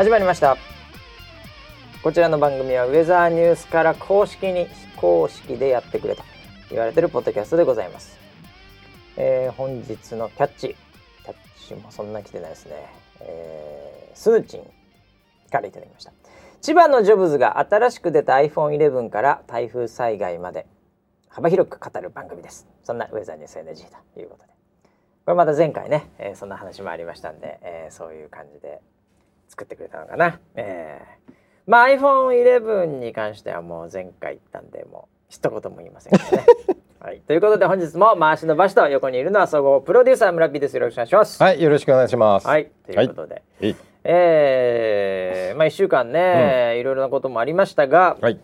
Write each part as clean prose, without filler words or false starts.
始まりました。こちらの番組はウェザーニュースから公式でやってくれと言われているポッドキャストでございます。本日のキャッチもそんな来てないですね。スーチンからいただきました。千葉のジョブズが新しく出た iPhone11 から台風災害まで幅広く語る番組です。そんなウェザーニュース NG ということで、これまた前回ね、そんな話もありましたんで、そういう感じで作ってくれたのかな。iPhone11 に関してはもう前回言ったんでもう一言も言いませんけどね。はい、ということで本日も回しの場所と横にいるのは総合プロデューサー村 P です。よろしくお願いします。 はい、よろしくお願いします。 はい、ということで、 はい、 1週間ね、いろいろなこともありましたが、 はい、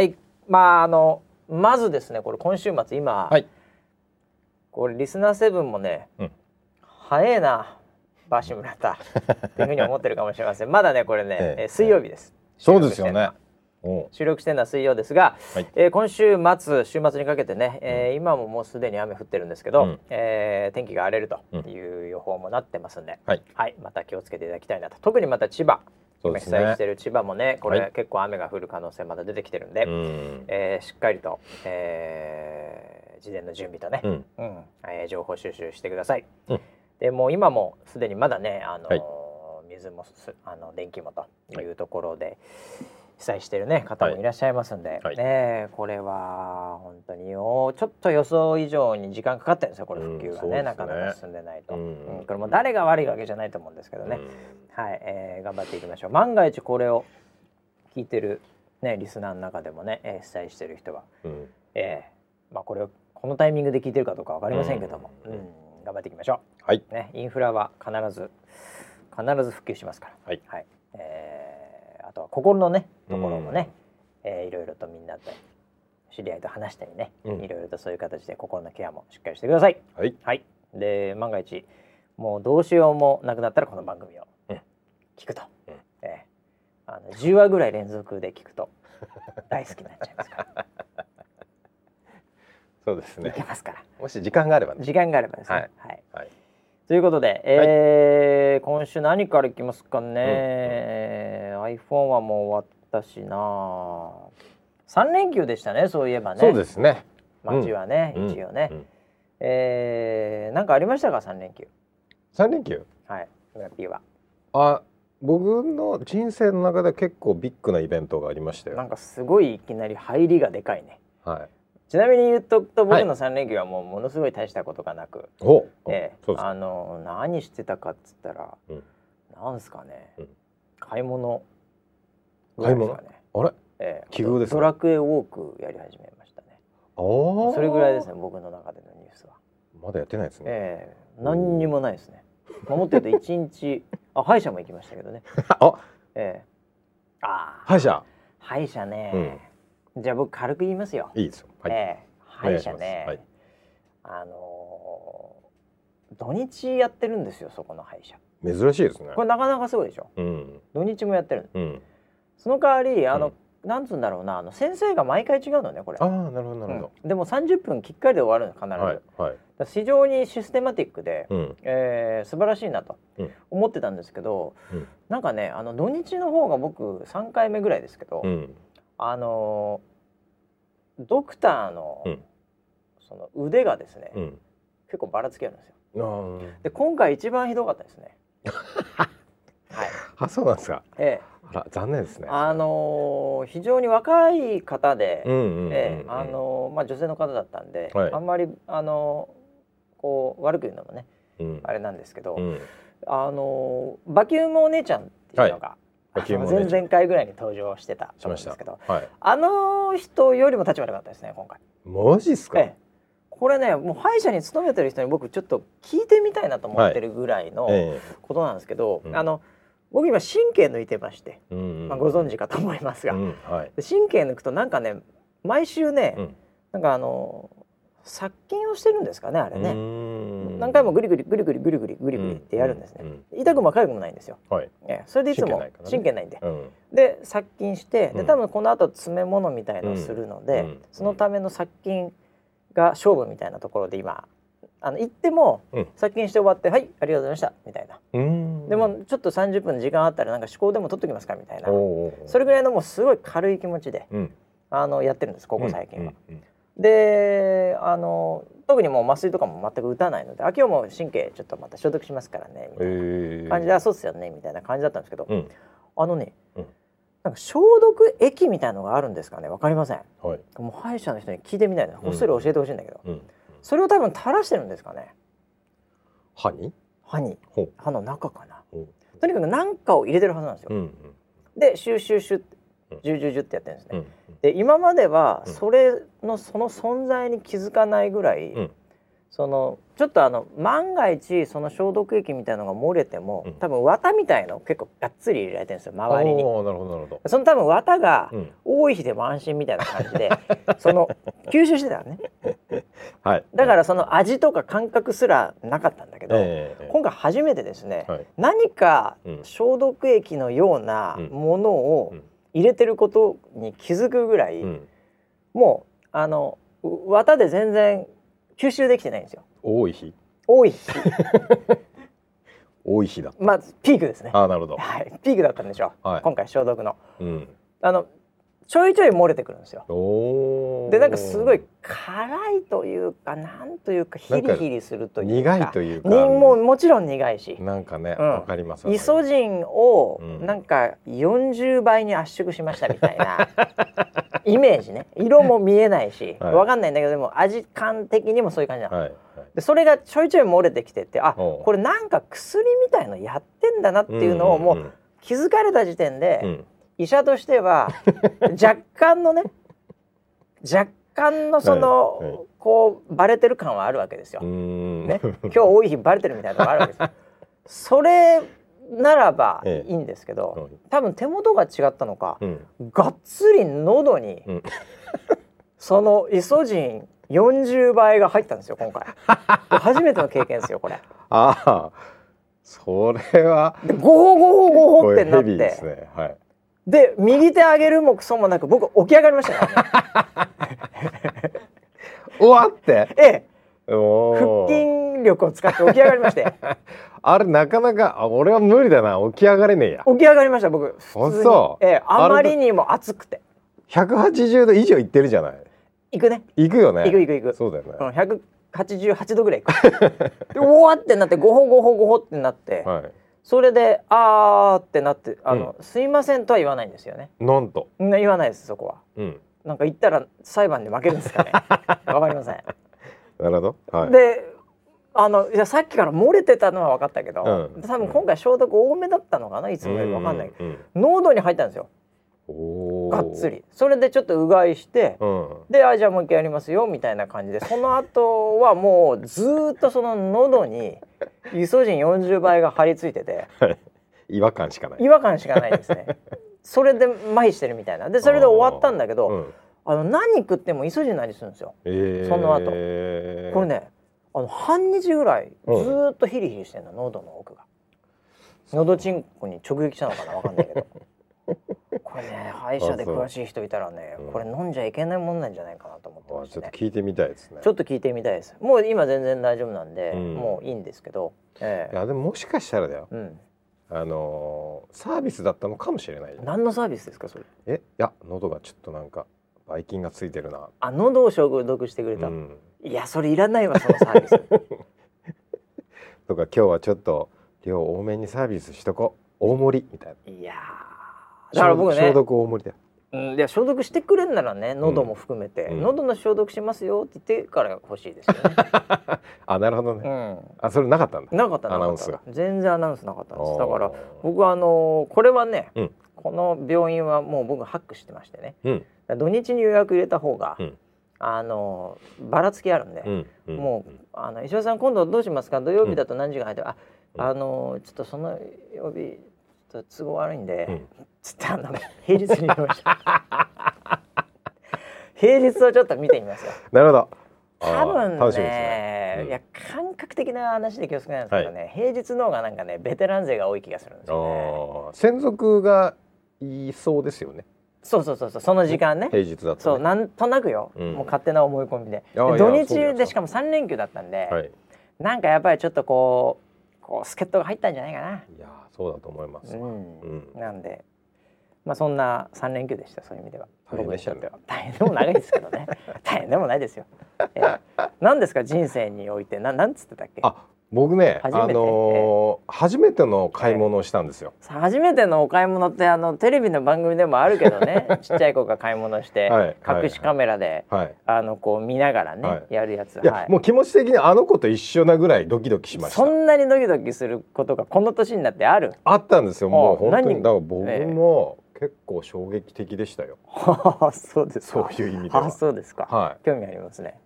まずですね、これ今週末今、 はい、 これリスナー7もね、早えなバシ村田っていうふうに思ってるかもしれません。まだねこれね、水曜日です。 そうですよね。 収録してるのは水曜ですが、 はい、 今週末にかけてね、今ももうすでに雨降ってるんですけど、天気が荒れるという予報もなってますんで、はい、また気をつけていただきたいなと。特にまた千葉、今被災している千葉もね、これ、結構雨が降る可能性まだ出てきてるんで、しっかりと、事前の準備とね、情報収集してください。でもう今もすでにまだね、水も電気もというところで被災している、ね、方もいらっしゃいますんで、これは本当にちょっと予想以上に時間かかってるんですよ、これ復旧がね、なかなか進んでないと。これも誰が悪いわけじゃないと思うんですけどね、はい、頑張っていきましょう。万が一これを聞いてる、ね、リスナーの中でもね、被災している人は、これをこのタイミングで聞いてるかどうか分かりませんけども、頑張っていきましょう。はい、ね、インフラは必ず復旧しますから。はい、はい、あとは心のねところもね、いろいろとみんなと知り合いと話したりね、いろいろとそういう形で心のケアもしっかりしてください。はい、はい、で万が一もうどうしようもなくなったらこの番組を聞くと、10話ぐらい連続で聞くと大好きになっちゃいますから。 そうですね。 いけますから。 もし時間があればね。 時間があればですね。はい。はい、ということで、今週何からいきますかね。iPhone はもう終わったしな。3連休でしたね。そういえばね。 そうですね。 街はね、一応ね。なんかありましたか3連休。 3連休。 はい。村 P は。 僕の人生の中で結構ビッグなイベントがありましたよ。 なんかすごいいきなり入りがでかいね。はい。ちなみに言っとくと僕の3連休はもうものすごい大したことがなく、何してたかっつったら、なんすかね、買い物ぐらいですかね。 あれ、奇遇ですね。 ドラクエウォークやり始めましたね。それぐらいですね、僕の中でのニュースは。 まだやってないですね。 何にもないですね。もっと言うと1日歯医者も行きましたけどね。歯医者ね、じゃあ僕軽く言いますよ。 いいですよ。はい。 歯医者ね、土日やってるんですよ、そこの歯医者。 珍しいですね。 これなかなかすごいでしょ。土日もやってる。その代わりなんつうんだろうな、先生が毎回違うのね、これ。 なるほどなるほど。 でも30分きっかりで終わるの必ず。非常にシステマティックで素晴らしいなと思ってたんですけど、なんかね、土日の方が僕3回目ぐらいですけど、ドクターのその腕がですね、結構ばらつきあるんですよ。で今回一番ひどかったですね。 はい。そうなんですか。残念ですね。 非常に若い方で、女性の方だったんで、あんまりこう悪く言うのもね、あれなんですけど、バキュームお姉ちゃんっていうのが、前々回ぐらいに登場してたと思うんですけど、あの人よりも立場悪かったですね、今回。 マジっすか。 これね、もう歯医者に勤めてる人に僕ちょっと聞いてみたいなと思ってるぐらいのことなんですけど、僕今神経抜いてまして、ご存知かと思いますが、神経抜くとなんかね、毎週ね、なんか殺菌をしてるんですかね、あれね。何回もグリグリってやるんですね。痛くも痒くもないんですよ。それでいつも神経ないんで、で殺菌して、で多分この後詰め物みたいのをするので、そのための殺菌が勝負みたいなところで今行っても先にして終わって「はいありがとうございました」みたいな。でもちょっと30分時間あったらなんか思考でも取っときますかみたいな、それぐらいのもうすごい軽い気持ちで、やってるんですここ最近は。で特にもう麻酔とかも全く打たないので「今日も神経ちょっとまた消毒しますからね」みたいな感じで「そうっすよね」みたいな感じだったんですけど、なんか消毒液みたいなのがあるんですかね、わかりません、もう歯医者の人に聞いてみないの、こっそり教えてほしいんだけど、それを多分垂らしてるんですかね、歯の中かな。とにかく何かを入れてるはずなんですよ。でシュッシュッシュッジュジュジュってやってるんですね。で今まではその存在に気づかないぐらい、ちょっと万が一その消毒液みたいなのが漏れても、多分綿みたいの結構がっつり入れられてるんですよ周りに。なるほどなるほど。その多分綿が多い日でも安心みたいな感じで、吸収してたのね。だからその味とか感覚すらなかったんだけど、今回初めてですね、何か消毒液のようなものを入れてることに気づくぐらい、もう綿で全然吸収できてないんですよ。多い日だった。まあピークですね。なるほど。ピークだったんでしょう。今回消毒の。ちょいちょい漏れてくるんですよ。でなんかすごい辛いというかなんというかヒリヒリするというか、苦いというか、もちろん苦いし、なんかねわかります。イソジンをなんか40倍に圧縮しましたみたいなイメージね。色も見えないしわかんないんだけど、でも味感的にもそういう感じなの。でそれがちょいちょい漏れてきてて、これなんか薬みたいのやってんだなっていうのをもう気づかれた時点で。医者としては若干のこうバレてる感はあるわけですよ。ね、今日多い日バレてるみたいなのがあるわけですよ。それならばいいんですけど、多分手元が違ったのか、がっつり喉にそのイソジン40倍が入ったんですよ今回。初めての経験ですよこれ。それはゴホゴホゴホってなって。で右手上げるもクソもなく僕起き上がりましたからね。終わって、腹筋力を使って起き上がりまして。あれなかなか俺は無理だな、起き上がれねえや。起き上がりました僕普通に。あまりにも暑くて180度以上いってるじゃない。行くね。行くよね。行く。そうだよね。188度ぐらい行く。で終わってなってゴホゴホゴホってなって、それでってなって、すいませんとは言わないんですよね。なんと言わないです、そこは。なんか言ったら裁判で負けるんですかね。わかりません。なるほど。でいやさっきから漏れてたのは分かったけど、多分今回消毒多めだったのかな、いつもより分かんないけど、喉に入ったんですよがっつり。それでちょっとうがいして、でじゃあもう一回やりますよみたいな感じで、その後はもうずっとその喉にイソジン40倍が張り付いてて違和感しかないですね。それで麻痺してるみたいな。でそれで終わったんだけど、何食ってもイソジンの味するんですよ、その後。これね半日ぐらいずっとヒリヒリしてんの、喉の奥が。喉チンコに直撃したのかな、わかんないけど。これね、歯医者で詳しい人いたらね、これ飲んじゃいけないもんなんじゃないかなと思ってましてね。ちょっと聞いてみたいですね。ちょっと聞いてみたいです。もう今全然大丈夫なんで、もういいんですけど。いやでももしかしたらだよ。サービスだったのかもしれない。何のサービスですかそれ？いや喉がちょっとなんかばい菌がついてるな。喉を消毒してくれた。いやそれいらないわそのサービス。とか今日はちょっと量多めにサービスしとこう、大盛りみたいな。いやだから僕ね、消毒大盛りだよ。いや消毒してくれんならね、喉も含めて、喉の消毒しますよって言ってから欲しいですよね。なるほどね。それなかったんだ。なかったアナウンスが。全然アナウンスなかったんです。だから僕はこれはね、この病院はもう僕ハックしてましてね、土日に予約入れた方がばらつきあるんで、もう石尾さん今度どうしますか、土曜日だと何時が入ってる、ちょっとその曜日ちょっと都合悪いんで、つって平日に入れました。平日をちょっと見てみますよ。なるほど。多分ね、いや感覚的な話で気をつけないんですけどね、平日の方がなんかねベテラン勢が多い気がするんですよね。専属がいそうですよね。そうその時間ね、平日だと、そうなんとなくよ、もう勝手な思い込みで、土日でしかも3連休だったんで、 なんかやっぱりちょっとこう助っ人が入ったんじゃないかな。 いやそうだと思います。 なんでまあそんな3連休でした。そういう意味では大変でしたね。 大変でもないですけどね大変でもないですよ。何ですか人生においてなんつってたっけ。 僕ね初めての買い物をしたんですよ。 初めてのお買い物ってテレビの番組でもあるけどねちっちゃい子が買い物して、隠しカメラで、こう見ながらね、やるやつ。 もう気持ち的にあの子と一緒なぐらいドキドキしました。 そんなにドキドキすることがこの年になってあったんですよ。もう本当にだから僕も結構衝撃的でしたよ。 そうですか。 そういう意味では。 そうですか。興味ありますね。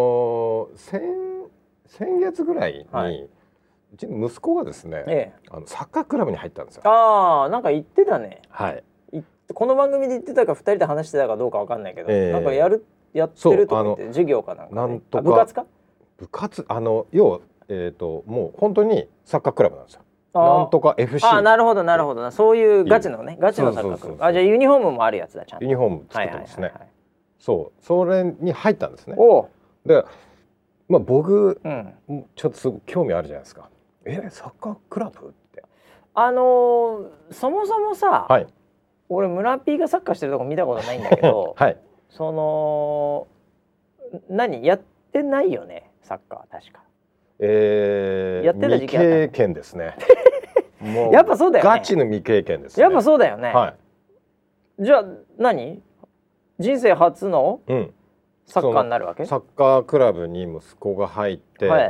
先月ぐらいに、うちの息子がですね、サッカークラブに入ったんですよ。 なんか言ってたね。この番組で言ってたか2人で話してたかどうかわかんないけど、なんかやってるとか言って授業かなんか、部活か？ 部活要もう本当にサッカークラブなんですよ。なんとか FC。 なるほどなるほど。そういうガチのね、ガチのサッカークラブ。じゃあユニフォームもあるやつだちゃんと。 ユニフォーム作ってますね。そうそれに入ったんですね。で僕、ちょっとすごく興味あるじゃないですか。サッカークラブって。 そもそもさ、俺村 P がサッカーしてるとこ見たことないんだけど、何やってないよねサッカー確か。やってた時期あった。 未経験ですね。もうやっぱそうだよね。 ガチの未経験ですね。 やっぱそうだよね。じゃあ何？人生初のサッカーになるわけ？ サッカークラブに息子が入って、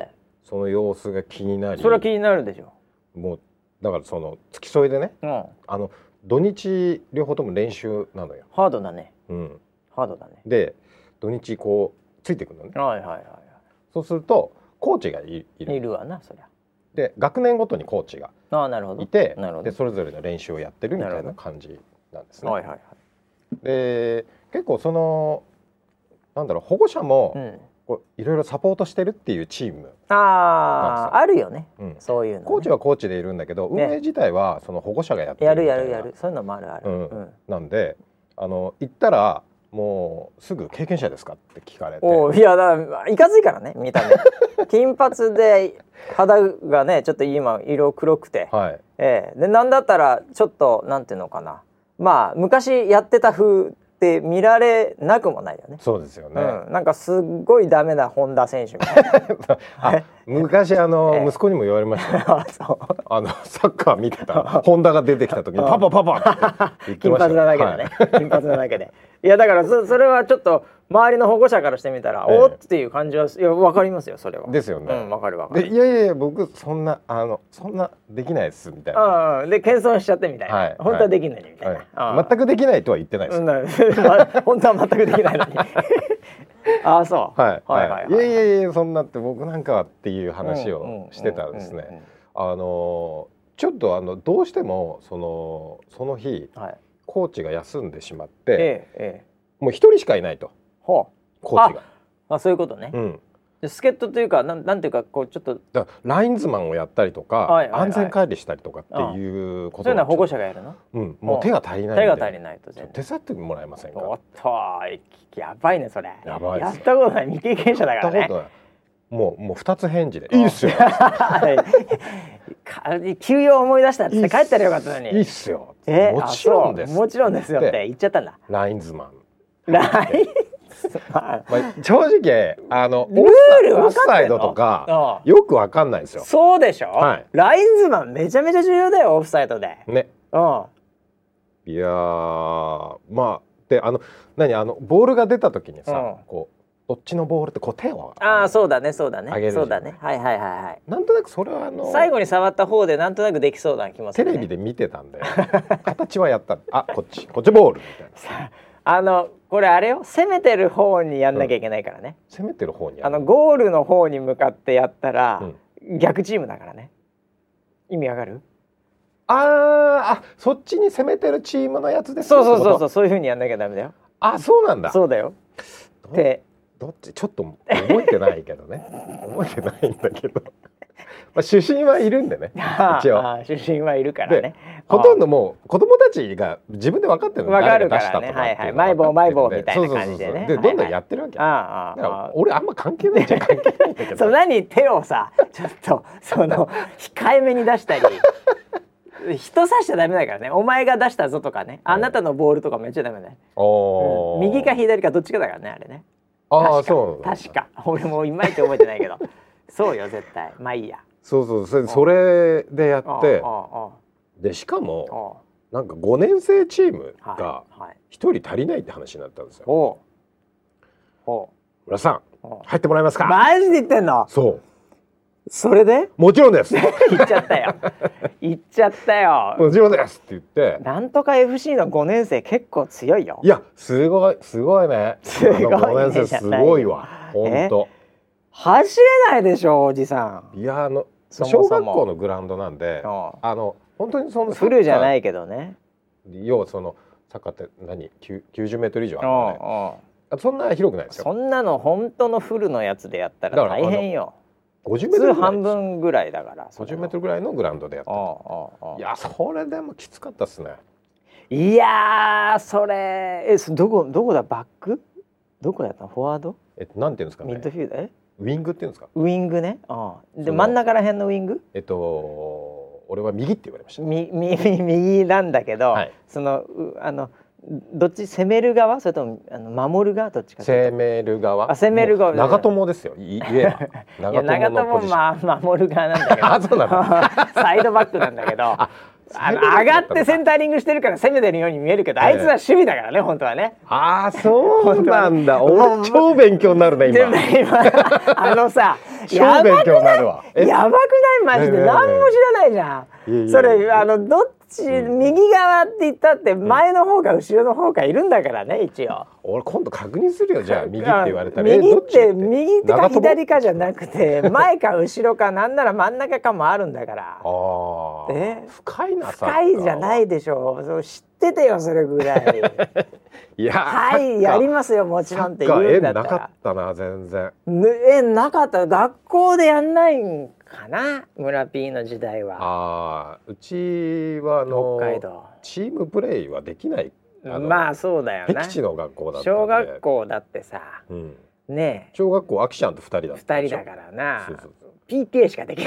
その様子が気になり。 それは気になるでしょ。 もうだからその付き添いでね、土日両方とも練習なのよ。 ハードだね。ハードだね。 で土日こうついてくるのね。そうするとコーチがいるわなそりゃ。で学年ごとにコーチがいて、でそれぞれの練習をやってるみたいな感じなんですね。で結構そのなんだろう保護者もいろいろサポートしてるっていうチームあるよね。そういうの。 コーチはコーチでいるんだけど運営自体はその保護者がやってるみたいな。やるそういうのもある。 なんで行ったらもうすぐ経験者ですかって聞かれて。 いやいかついからね見た目。金髪で肌がねちょっと今色黒くて、でなんだったらちょっとなんていうのかな、まあ昔やってた風って見られなくもないよね。 そうですよね。 なんかすっごいダメな本田選手みたいな。 昔息子にも言われましたよ。サッカー見てた本田が出てきた時にパパパパって言ってました。 金髪なだけでね。金髪なだけで。いやだからそれはちょっと周りの保護者からしてみたらおっていう感じは分かりますよそれは。ですよね。分かる。 いや僕そんなできないですみたいな。 で謙遜しちゃってみたいな。本当はできないみたいな。全くできないとは言ってないです。 本当は全くできないのに。そう。 いやそんなって僕なんかはっていう話をしてたらですね。ちょっとどうしてもその日コーチが休んでしまって、もう一人しかいないと。コーチが。そういうことね。助っ人というかなんていうかこうちょっとラインズマンをやったりとか安全管理したりとかっていうこと。 そういうのは保護者がやるの？ もう手が足りない。 手が足りないと手伝ってもらえませんか？ おっとやばいねそれ。 やばいです。 やったことない未経験者だからね。 もう二つ返事でいいっすよ。 休養思い出したって帰ったらよかったのに。 いいっすよ。もちろんです。 もちろんですよって言っちゃったんだ。 ラインズマン。正直オフサイドとかよくわかんないですよ。 そうでしょ。ラインズマンめちゃめちゃ重要だよオフサイドで。 ね。いやまあでボールが出た時にさこうどっちのボールってこう手をそうだねそうだね上げるじゃん。 そうだねはいなんとなくそれは最後に触った方でなんとなくできそうな気もするね。 テレビで見てたんで形はやったこっちボールみたいな。これあれよ攻めてる方にやんなきゃいけないからね。 攻めてる方にゴールの方に向かってやったら逆チームだからね。意味わかる？ そっちに攻めてるチームのやつです。 そういう風にやんなきゃダメだよ。 そうなんだ。 そうだよ。 どっちちょっと覚えてないけどね。覚えてないんだけど。主審はいるんでね。一応主審はいるからね。 ほとんどもう子供たちが自分で分かってるの、 誰が出したとかっていうのが分かってるんで、マイボーみたいな感じでね、 でどんどんやってるわけ。だから俺あんま関係ないじゃん、関係ないんだけど。 そう、何手をさちょっと控えめに出したり人さしちゃダメだからね。お前が出したぞとかね、あなたのボールとかもやっちゃダメね。右か左かどっちかだからね、あれね。 そう確か俺もいまいち覚えてないけどそうよ絶対。まあいいや。 そうそれでやってで、しかもなんか5年生チームが1人足りないって話になったんですよ。村さん入ってもらえますか。 マジで言ってんの。 そう、 それでもちろんです言っちゃったよ言っちゃったよ。 もちろんですって言って、 なんとか FC の5年生結構強いよ。 いやすごいね。5年生すごいわ本当。走れないでしょおじさん。 いや小学校のグラウンドなんで、本当にそのフルじゃないけどね。 要はそのサッカーって90メートル以上あるのね。そんな広くないですよ。 そんなの本当のフルのやつでやったら大変よ。 50メートル半分ぐらいだから。 50メートルぐらいのグラウンドでやった。いやそれでもきつかったっすね。 いやそれどこだ。バックどこやったの。フォワードなんていうんですかね。 ミッドフィルダーウィングっていうんですか。 ウィングね。で真ん中ら辺のウィング。 俺は右って言われました。 右なんだけど、どっち攻める側それとも守る側どっちか。 攻める側。 攻める側。 長友ですよ。言えば長友のポジション。 守る側なんだけど。 そうなんだ。 サイドバックなんだけど。上がってセンターリングしてるから攻めてるように見えるけど、あいつは守備だからね本当はね。 そうなんだ。俺超勉強になるね今。 さ超勉強になるわ。 やばくないマジで。何も知らないじゃん。それどっち右側って言ったって前の方か後ろの方かいるんだからね一応。 俺今度確認するよじゃあ右って言われたら。 右か左かじゃなくて前か後ろかなんなら真ん中かもあるんだから。 深いな。 深いじゃないでしょう。知っててよそれぐらい。 いやはいやりますよもちろんって言うんだったら。 なかったな全然。 なかった。学校でやんないんかな村 P の時代は。 うちは北海道チームプレーはできない。 まあそうだよな。 僻地の学校だったんで。 小学校だってさ、ね小学校アキちゃんと2人だった。 2人だからな。PK しかできない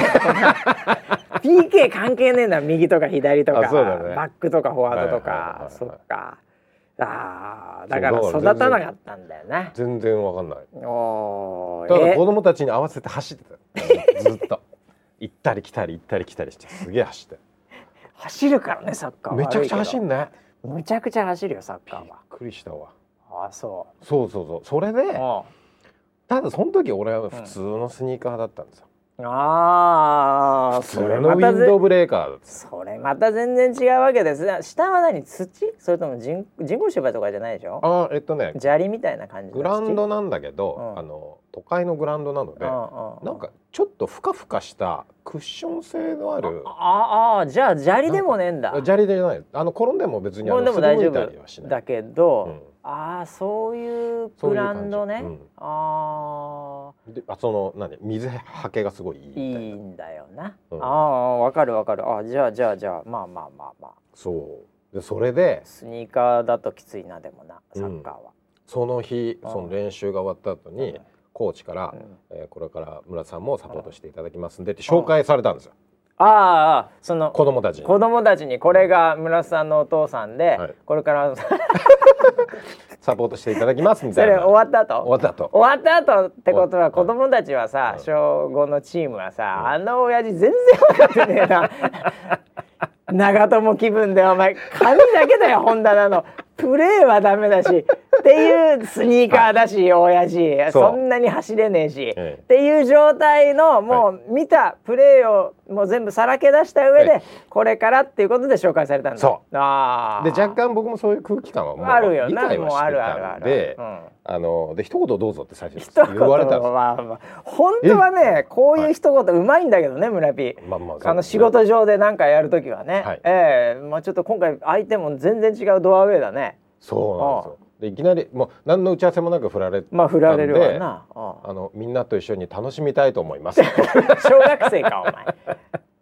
。PK 関係ねえんだ。右とか左とか、バックとかフォワードとか。そっか。だから育たなかったんだよな。 全然わかんない。ただ子供たちに合わせて走ってた。ずっと行ったり来たりしてすげえ走って。 走るからねサッカーは。 めちゃくちゃ走んね。 むちゃくちゃ走るよサッカーは。 びっくりしたわ。 そうそれでただその時俺は普通のスニーカーだったんですよ。 それまたウィンドブレーカー。 それまた全然違うわけです。下は何土それとも人工芝とかじゃないでしょ。砂利みたいな感じ。 グラウンドなんだけど、都会のグラウンドなので、なんかちょっとふかふかしたクッション性のある。 じゃあ砂利でもねえんだ。 砂利じゃない。転んでも別に転んでも大丈夫だだけど、そういうブランドね。 で水はけがすごいいいんだよな。わかる。じゃあまあ。 そうでそれでスニーカーだときついなでもなサッカーは。その日その練習が終わった後にコーチからこれから村さんもサポートしていただきますんでって紹介されたんですよ。 その子供たちにこれが村さんのお父さんで、これからサポートしていただきますみたいな。 それ終わった後ってことは子供たちはさ、小5のチームはさ、あの親父全然分かってねえな。長友気分でお前髪だけだよ本棚の。プレーはダメだしっていうスニーカーだし、親父そんなに走れねえし、っていう状態のもう見たプレーをもう全部さらけ出した上で、これからっていうことで紹介されたんだ。 で若干僕もそういう空気感はもう理解はしてたんで、で一言どうぞって最初に言われたんですよ。 本当はねこういう一言うまいんだけどね村 P。仕事上で何かやるときはね、ちょっと今回相手も全然違うドアウェイだね。 そうなんですよ。でいきなりもう何の打ち合わせもなく振られたんで、 振られるわな。 みんなと一緒に楽しみたいと思います。 小学生かお前。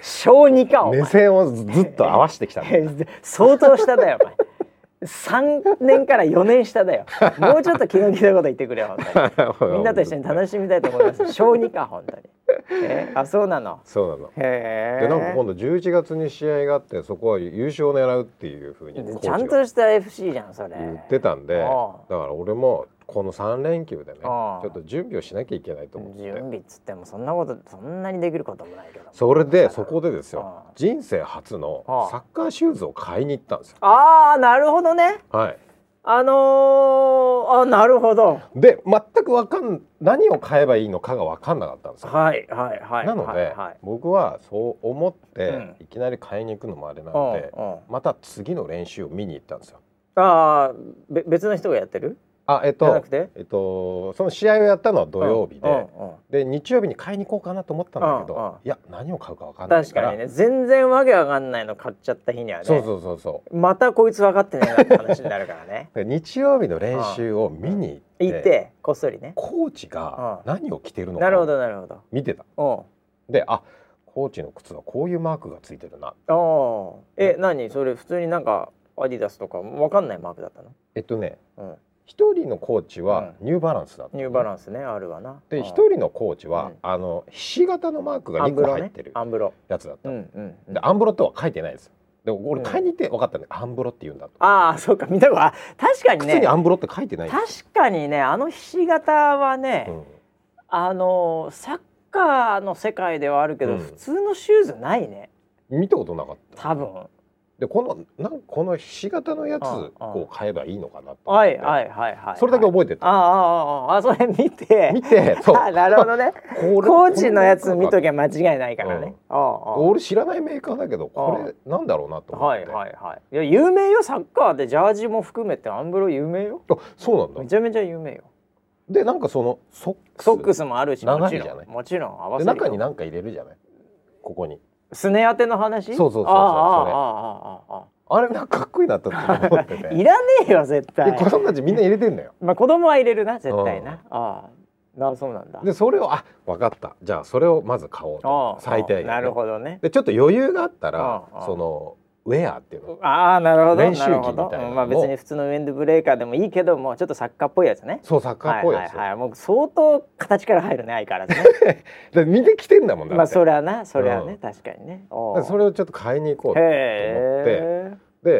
小2かお前。 目線をずっと合わせてきたんだよ相当下だよお前。3年から4年下だよ。もうちょっと気の利いたこと言ってくれよ本当に。みんなと一緒に楽しみたいと思います。小2か本当に。あ、そうなの。 そうなの。でなんか今度11月に試合があってそこは優勝を狙うっていう風にちゃんとした FC じゃんそれ。 言ってたんで、だから俺もこの3連休でねちょっと準備をしなきゃいけないと思って。 準備っつってもそんなにできることもないけど。 それでそこでですよ、人生初のサッカーシューズを買いに行ったんですよ。 ああ、なるほどね。 はい。 なるほど。 で全く何を買えばいいのかが分かんなかったんですよ。 はいはいはい。 なので、僕はそう思っていきなり買いに行くのもあれなので、また次の練習を見に行ったんですよ。 ああ、別の人がやってる？ その試合をやったのは土曜日で日曜日に買いに行こうかなと思ったんだけど、いや何を買うか分かんないから。 確かにね、全然わけわかんないの買っちゃった日にはね、 そうまたこいつ分かってないなって話になるからね。 日曜日の練習を見に行ってこっそりね、 コーチが何を着てるのか見てた。で、あ、コーチの靴はこういうマークがついてるな。 何それ普通になんかアディダスとか分かんないマークだったの？ 一人のコーチはニューバランスだった、 ニューバランスね、あるわな。 で一人のコーチはひし形のマークが2個入ってるやつだった。でアンブロとは書いてないです。で俺買いに行って分かったね、アンブロって言うんだと。 ああ、そうか、見たこと。確かにね、 靴にアンブロって書いてない。 確かにね、ひし形はね、サッカーの世界ではあるけど、普通のシューズないね。 見たことなかった。 多分。 でこのひし形のやつを買えばいいのかなと思って、 それだけ覚えてた。 それ見てそう。なるほどね。コーチのやつ見ときゃ間違いないからね。 俺知らないメーカーだけどこれなんだろうなと思って。 いや有名よ、サッカーでジャージも含めてアンブロ有名よ。 そうなんだ。 めちゃめちゃ有名よ。 でなんかそのソックスもあるし、 長いじゃない。 もちろん合わせる。 中に何か入れるじゃない、ここに。 すね当ての話？ そうあれなんかかっこいいなと思ってて。 いらねえよ絶対。 子供たちみんな入れてんのよ。 まあ子供は入れるな絶対な。そうなんだ。 でそれを分かった、じゃあそれをまず買おうと、最低限。 なるほどね。 でちょっと余裕があったらそのウェアっていうの、 なるほど、 練習着みたいな。 まあ別に普通のウィンドブレーカーでもいいけども、ちょっとサッカーっぽいやつね。 そう、サッカーっぽいやつ。 もう相当形から入るね、相変わらずね。 で見てきてんだもんだって。 まあそれはね確かにね。 それをちょっと買いに行こうと思って、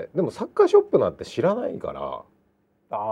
でもサッカーショップなんて知らないから、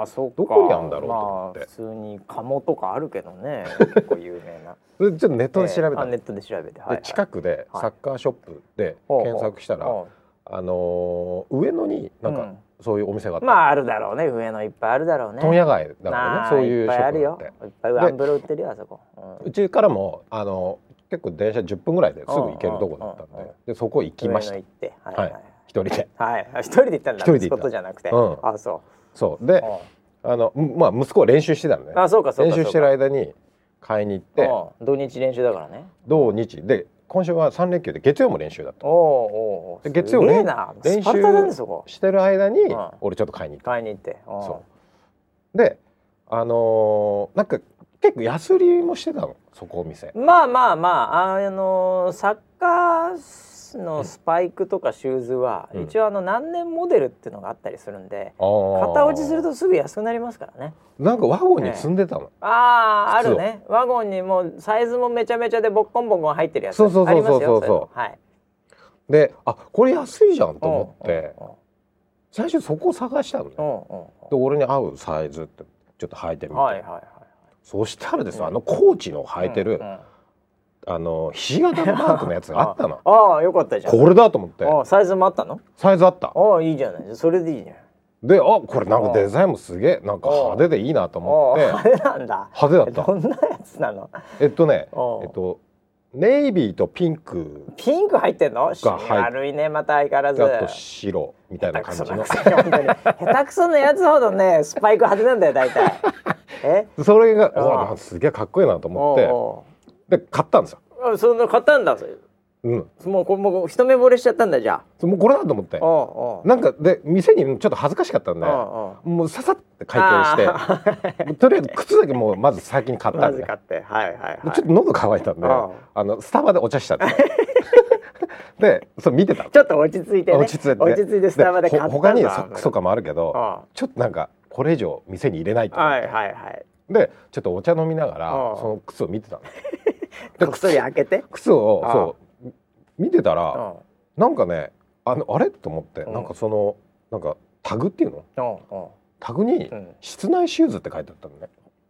そうか、 どこにあるんだろうと思って。 普通に鴨とかあるけどね、結構有名な。 ちょっとネットで調べた。 ネットで調べて、 近くでサッカーショップで検索したら、上野になんかそういうお店があった。 まああるだろうね、上野いっぱいあるだろうね。 問屋街だからね、そういうショップがあって。 いっぱいアンブロ売ってるよ、あそこ。 うちからも結構電車10分ぐらいですぐ行けるとこだったんで、そこ行きました。一人で。 一人で行ったんだ。一人で行ったじゃなくて。 そうで、まあ息子は練習してたのね。練習してる間に買いに行って。 土日練習だからね。 土日で今週は3連休で月曜も練習だった。月曜練習してる間に俺ちょっと買いに行って。でなんか結構安売りもしてたの、そこお店。 まあサッカーのスパイクとかシューズは一応何年モデルっていうのがあったりするんで、型落ちするとすぐ安くなりますからね。 なんかワゴンに積んでたの。 あるね。ワゴンにもうサイズもめちゃめちゃでボッコンボコン入ってるやつありますよ。で、これ安いじゃんと思って最初そこを探したのね。で俺に合うサイズってちょっと履いてみて、そしたらですよ、コーチの履いてるひし形のマークのやつがあったの。よかったじゃん。 これだと思って。 サイズもあったの？ サイズあった。 いいじゃない。それでいいじゃん。 で、これなんかデザインもすげえなんか派手でいいなと思って。 派手なんだ。 派手だった。 どんなやつなの？ ネイビーとピンク。 ピンク入ってんの？悪いね、また相変わらず。 あと白みたいな感じの。 下手くそなやつほどね、スパイク派手なんだよ大体。 それがすげえかっこいいなと思ってで買ったんですよ。 その買ったんだ。もう一目惚れしちゃったんだ。じゃあもうこれだと思って、なんかで店にちょっと恥ずかしかったんで、もうささって会計してとりあえず靴だけもうまず先に買ったんで、ちょっと喉乾いたんでスタバでお茶したんですよ。 でそう見てた。 ちょっと落ち着いてね、落ち着いてスタバで買ったんだ。 他にソックスとかもあるけど、ちょっとなんかこれ以上店に入れないと思って、でちょっとお茶飲みながらその靴を見てたの。 で靴開けて靴をそう見てたら、なんかねあれと思って、なんかそのなんかタグっていうの、タグに室内シューズって書いてあったのね。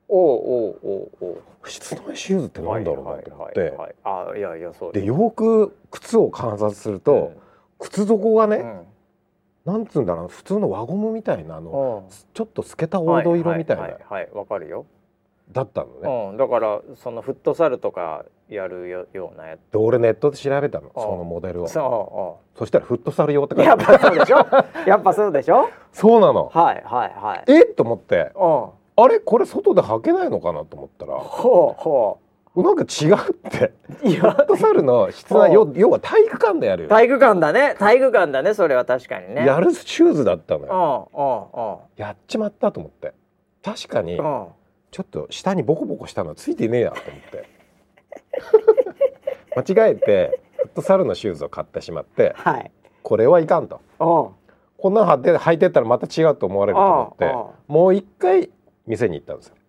室内シューズってなんだろうなと思って、でよく靴を観察すると、靴底がね、なんつうんだろう、普通の輪ゴムみたいなちょっと透けた黄土色みたいな、 わかるよ、 だったのね。 だからそのフットサルとかやるようなやつで俺ネットで調べたの、そのモデルを。そしたらフットサル用って書いてある。やっぱそうでしょやっぱそうでしょ。 そうなの。と思って、あれこれ外で履けないのかなと思ったら、なんか違うって。フットサルの室内、要は体育館でやるよ。 体育館だね、それは確かにね。 やるシューズだったのよ。やっちまったと思って。確かにちょっと下にボコボコしたのついてねえやと思って間違えてフットサルのシューズを買ってしまって、これはいかんと、こんなの履いてったらまた違うと思われると思って、もう一回店に行ったんですよ。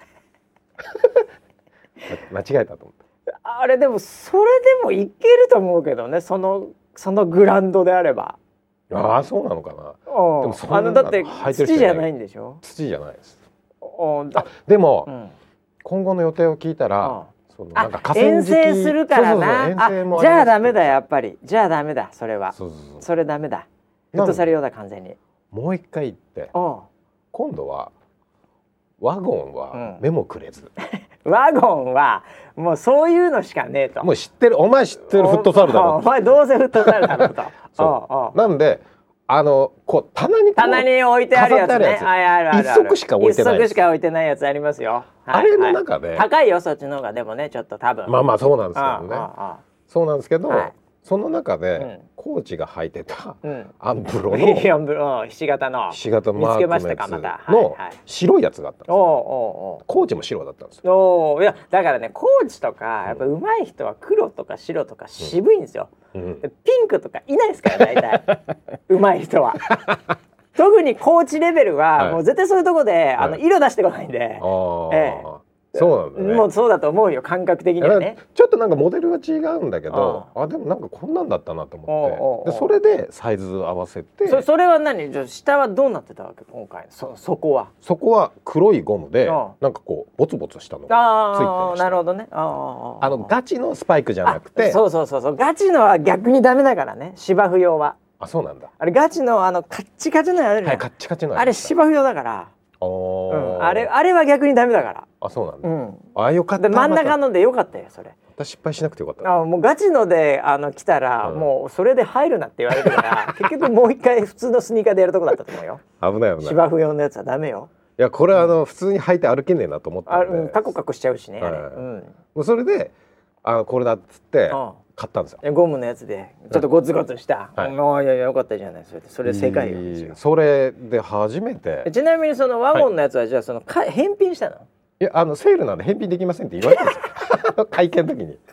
間違えたと思って。 あれでもそれでもいけると思うけどね、そのグラウンドであれば。 ああそうなのかな。 でもだって土じゃないんでしょ。 土じゃないです。でも、今後の予定を聞いたら、なんか遠征するからな。じゃあダメだ、やっぱり。じゃあダメだ、それは。それダメだ。フットサル用だ、完全に。 もう一回行って、今度はワゴンは目もくれず。 ワゴンはもうそういうのしかねえと。 もう知ってる、お前知ってるフットサルだろ。 お前どうせフットサルだろと。 なんでこう棚に置いてあるやつね。 一足しか置いてない。 一足しか置いてないやつありますよ。 あれの中で高いよ、そっちの方が。でもね、ちょっと多分。 まあそうなんですけどね。そうなんですけど、その中でコーチが履いてたアンブロのひし形のマークのやつの白いやつがあったんですよ。コーチも白だったんですよ。 いやだからね、コーチとかやっぱ上手い人は黒とか白とか渋いんですよ。ピンクとかいないですから、大体上手い人は。特にコーチレベルはもう絶対そういうとこで色出してこないんで。 そうなんだね。 もうそうだと思うよ、感覚的にはね。 ちょっとなんかモデルは違うんだけど、でもなんかこんなんだったなと思って、でそれでサイズ合わせて。 それは何？じゃ下はどうなってたわけ、今回？そこは黒いゴムでなんかこうボツボツしたのがついてました。 なるほどね。 ガチのスパイクじゃなくて。 そうガチのは逆にダメだからね、芝生用は。 あ、そうなんだ。 あれガチのカッチカチのやつ。 はい、カッチカチの。 あれ芝生用だから。あれは逆にダメだから。 あ、そうなんだ。よかった。 真ん中のでよかったよ、それ。 私失敗しなくてよかった。 もうガチので来たらもうそれで入るなって言われるから結局もう一回普通のスニーカーでやるとこだったと思うよ。 危ない。 芝生用のやつはダメよ。 いや、これ普通に履いて歩けねえなと思ったんで。 カコカコしちゃうしね。 もうそれでこれだっつって買ったんですよ。 ゴムのやつでちょっとゴツゴツした。いやよかったじゃない。それ世界よ。 それで初めて。 ちなみにそのワゴンのやつはじゃあ返品したの？ いや、セールなんで返品できませんって言われたんですよ。会見の時に。2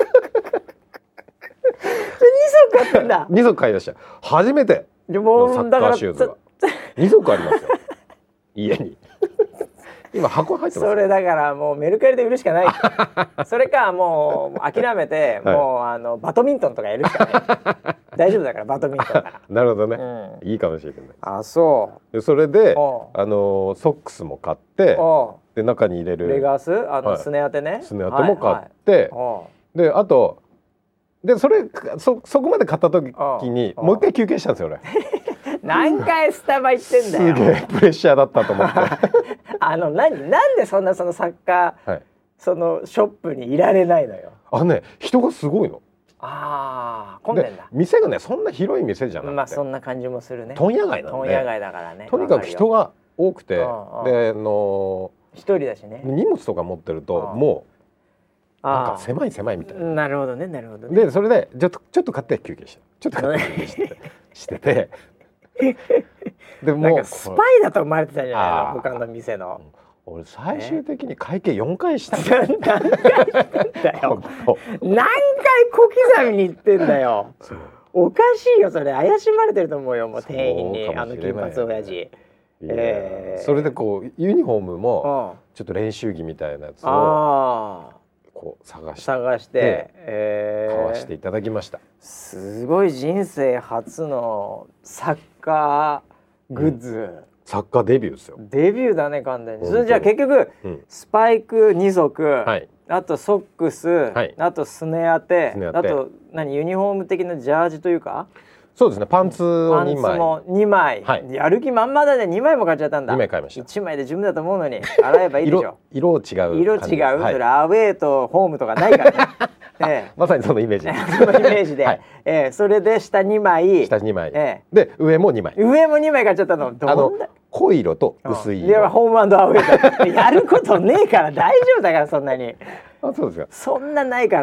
足買ったんだ。 2足買いました。初めてのサッカーシューズが2足ありますよ、家に。今箱入ってます。 それだからもうメルカリで売るしかない。それかもう諦めて、もうバドミントンとかやるしかない。大丈夫だから、バドミントンから。 なるほどね、いいかもしれない。 あ、そう。 それでソックスも買って、で中に入れるレガース、すね当てね、 すね当ても買って、であとでそこまで買った時にもう一回休憩したんですよ、俺。 何回スタバ行ってんだよ。 すげえプレッシャーだったと思って。 なんでそんなそのサッカー、そのショップにいられないのよ。 人がすごいの。 混んでんだ。 店がね、そんな広い店じゃなくて、 まあそんな感じもするね。 問屋街なんで。 問屋街だからね。 とにかく人が多くて、で一人だしね。 荷物とか持ってるともうなんか狭いみたいな。 なるほどね、なるほどね。 でそれでちょっと買って休憩した。ちょっと買って休憩してて。 でもなんかスパイだと思われてたんじゃないの、他の店の。 俺最終的に会計4回したんだよ。何回小刻みに言ってんだよ。おかしいよ、それ怪しまれてると思うよ、もう店員に、金髪親父。 それでこうユニフォームもちょっと練習着みたいなやつをこう探して買わしていただきました。 すごい人生初のサッカーグッズ、 サッカーデビューですよ。 デビューだね、完全に。それじゃあ結局、スパイク2足、あとソックス、あとスネ当て、あとユニフォーム的なジャージというか。 そうですね、パンツを2枚。 パンツも2枚、やる気満々だね。2枚も買っちゃったんだ。 2枚買いました。 1枚で十分だと思うのに洗えばいいでしょ。 色違う。 色違う、それアウェーとホームとかないからね。 まさにそのイメージ。 そのイメージで、それで下2枚、 で上も2枚。 上も2枚買っちゃったの。 濃い色と薄い色。 いや、ホームアウェーだ。やることねえから大丈夫だから、そんなに。 そうですか。 そんなないから。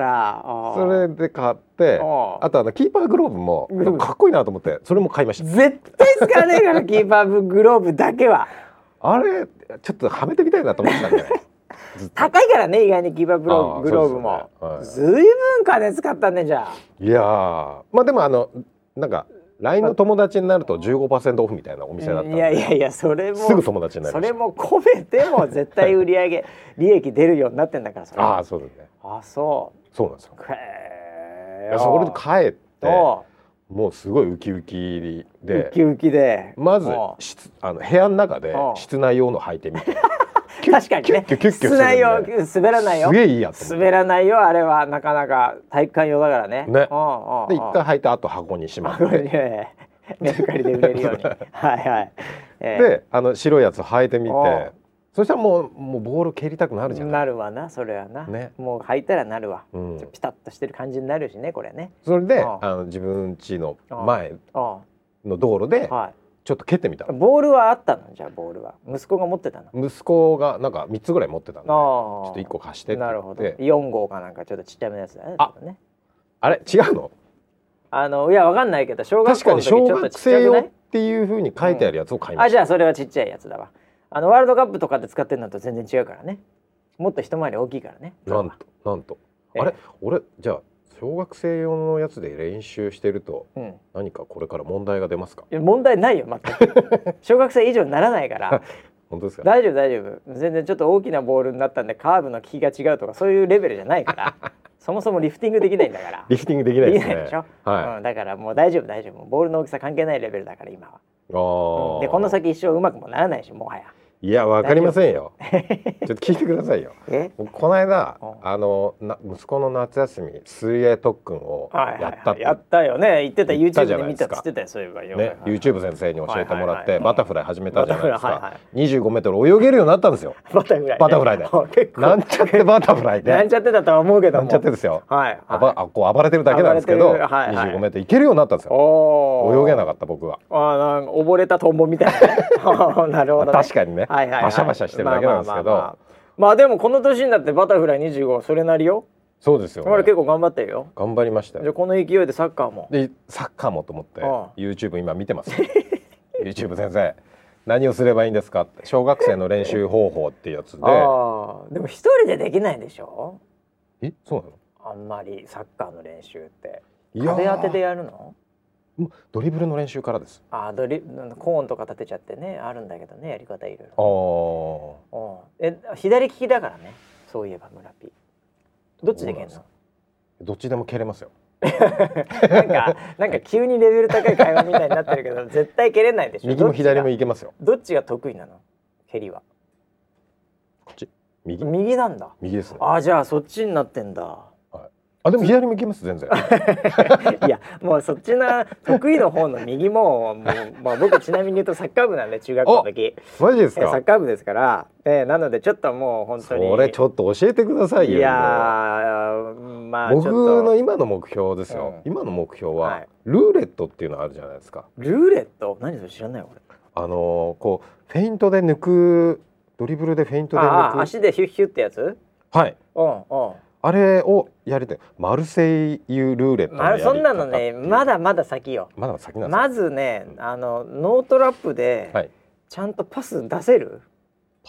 それで買って、あとキーパーグローブもかっこいいなと思ってそれも買いました。 絶対使わねえからキーパーグローブだけは。 あれちょっとはめてみたいなと思ってたんじゃない。 高いからね、意外にキーパーグローブも。ずいぶん金使ったね、じゃあ。 いやまあでもなんかLINE の友達になると 15% オフみたいなお店だったんで。 いやそれもすぐ友達になりました。 それも込めても絶対売上利益出るようになってんだから。 そうですね。 そうなんですよ。それで帰ってもうすごいウキウキでまず部屋の中で室内用の履いてみて。 確かにね、室内用滑らないよ。 すげえいいやつ。 滑らないよ、あれはなかなか体育館用だからね。 で一回履いた後箱にしまってメルカリで売れるように。 で白いやつ履いてみて、そしたらもうボール蹴りたくなるじゃない。 なるわな、それはな。もう履いたらなるわ。ピタッとしてる感じになるしね、これね。 それで自分家の前の道路でちょっと蹴ってみた。 ボールはあったの？じゃあボールは息子が持ってたの？ 息子がなんか3つぐらい持ってたんで、ちょっと1個貸してって言って。なるほど。 4号かなんかちょっとちっちゃめのやつだね。 あれ違うの？ いやわかんないけど、小学校の時ちょっとちっちゃくない？ っていう風に書いてあるやつを買いました。 じゃあそれはちっちゃいやつだわ。ワールドカップとかで使ってるのと全然違うからね。もっと一回り大きいからね。 なんとあれ俺じゃあ小学生用のやつで練習してると、何かこれから問題が出ますか？ いや問題ないよ、全く。小学生以上にならないから。 本当ですか？ 大丈夫。全然ちょっと大きなボールになったんでカーブの利きが違うとかそういうレベルじゃないから。そもそもリフティングできないんだから。 リフティングできないですね。 できないでしょ。だからもう大丈夫。ボールの大きさ関係ないレベルだから今は。でこの先一生うまくもならないし、もはや。 いやわかりませんよ。ちょっと聞いてくださいよ。この間息子の夏休み水泳特訓をやったよね。言ってた YouTube で見たっつってたよ、そういえばよ。 YouTube 先生に教えてもらってバタフライ始めたじゃないですか。25メートル泳げるようになったんですよ。バタフライで。なんちゃってバタフライで。 なんちゃってだとは思うけども。 なんちゃってですよ。こう暴れてるだけなんですけど、25メートルいけるようになったんですよ。泳げなかった僕は。 溺れたトンボみたいな。なるほど。 確かにね。バシャバシャしてるだけなんですけど、 まあでもこの年になってバタフライ25それなりよ。 そうですよね。 俺結構頑張ってるよ。 頑張りましたよ。 じゃあこの勢いでサッカーもと思って YouTube 今見てます。YouTube 先生何をすればいいんですかって、小学生の練習方法っていうやつで。でも一人でできないでしょ。 そうなの？ あんまりサッカーの練習って壁当てでやるの？ ドリブルの練習からです。 コーンとか立てちゃってね、あるんだけどね、やり方いろいろ。左利きだからね、そういえば村P。どっちで蹴るの？ どっちでも蹴れますよ。 なんか急にレベル高い会話みたいになってるけど、絶対蹴れないでしょ。 右も左もいけますよ。 どっちが得意なの？蹴りは。 こっち。 右なんだ。 右ですね。 じゃあそっちになってんだ。 でも左もいけます全然。 いやもうそっちの得意の方の右も僕ちなみに言うとサッカー部なんで、中学校の時。 マジですか？ サッカー部ですから、なのでちょっともう本当にそれちょっと教えてくださいよ。 いや僕の今の目標ですよ。今の目標はルーレットっていうのあるじゃないですか。 ルーレット？何それ知らない俺。 こうフェイントで抜く、ドリブルでフェイントで抜く、 足でヒュッヒュってやつ。 はい。あれをやりたい。マルセイユルーレット。 そんなのね、まだまだ先よ。 まだ先なんです。 まずね、ノートラップでちゃんとパス出せる？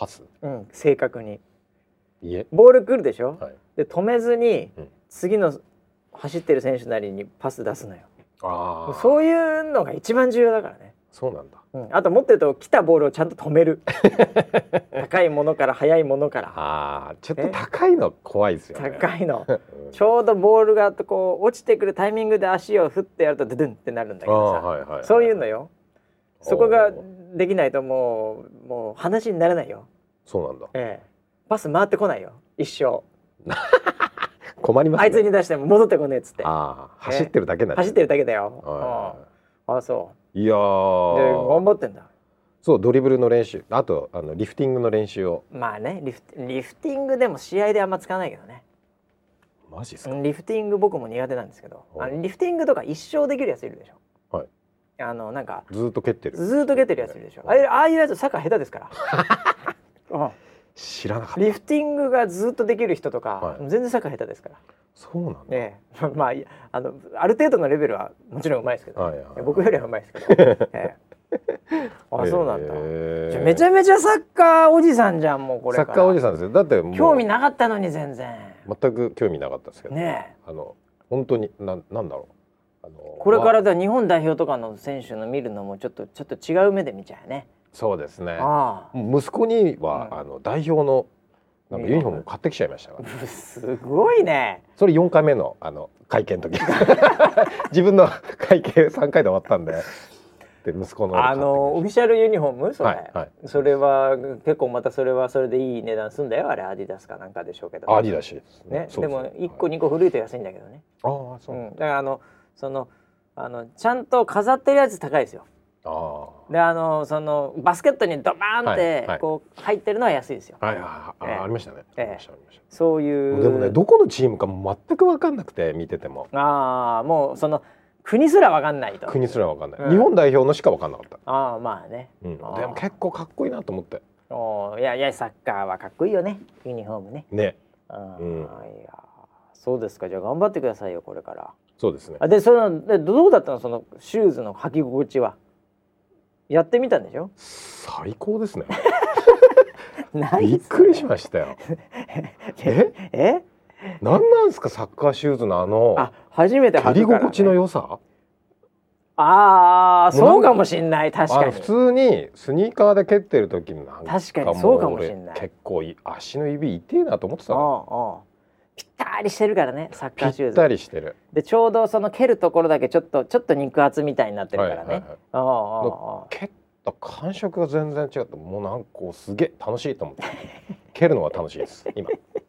パス、 正確にボール来るでしょ、で止めずに、次の走ってる選手なりにパス出すのよ。そういうのが一番重要だからね。 そうなんだ。 あと持ってると来たボールをちゃんと止める高いものから速いものから。 ちょっと高いの怖いですよね。 高いのちょうどボールがこう落ちてくるタイミングで足を振ってやるとドゥドゥンってなるんだけどさ、そういうのよ。そこができないともう話にならないよ。 そうなんだ。 パス回ってこないよ一生困りますね。 あいつに出しても戻ってこねえっつって。 走ってるだけだ。 走ってるだけだよ。そう。 いやー、 頑張ってんだ。 そう、ドリブルの練習、あとリフティングの練習を。 まあね、リフティングでも試合であんま使わないけどね。 マジですか？ リフティング僕も苦手なんですけど、リフティングとか一生できるやついるでしょ。はい。なんかずっと蹴ってる。 ずっと蹴ってるやついるでしょ。ああいうやつサッカー下手ですから。 知らなかった。 リフティングがずっとできる人とか、全然サッカー下手ですから。 そうなんだ。 まあある程度のレベルはもちろんうまいですけど、僕よりはうまいですけど。そうなんだ。めちゃめちゃサッカーおじさんじゃん、もうこれ。 サッカーおじさんですよ。だってもう興味なかったのに全然。 全く興味なかったですけど。ね。本当になんだろう。 これから日本代表とかの選手の見るのもちょっと違う目で見ちゃうね。 そうですね。息子には代表のなんかユニフォームを買ってきちゃいましたから。 すごいね。 それ4回目の会見の時自分の会見3回で終わったんで、息子のオフィシャルユニフォームそれ、それは結構またそれはそれでいい値段すんだよ、あれアディダスかなんかでしょうけど。 アディダスですね。 でも1個2個古いと安いんだけどね。だからちゃんと飾ってるやつ高いですよ。でバスケットにドバーンってこう入ってるのは安いですよ。 ありましたね。 そういう。 でもね、どこのチームか全く分かんなくて見てても。 もう国すら分かんないと。 国すら分かんない。日本代表のしか分かんなかった。 まあね。 でも結構かっこいいなと思って。 いやサッカーはかっこいいよね、ユニフォームね。 ね。 いやそうですか。じゃあ頑張ってくださいよこれから。 そうですね。 でどうだったの、そのシューズの履き心地は。やってみたんでしょ？ 最高ですね。びっくりしましたよ。なんなんですか、サッカーシューズの初めて履くから、ね、 蹴り心地の良さ。 そうかもしんない。確かに普通にスニーカーで蹴ってる時もなんか確かにそうかもしんない。 結構足の指痛えなと思ってたの。 ぴったりしてるからね、サッカーシューズ。 ぴったりしてる。 でちょうどその蹴るところだけちょっと肉厚みたいになってるからね。 蹴った感触が全然違って、もうなんかすげえ楽しいと思って蹴るのが楽しいです今。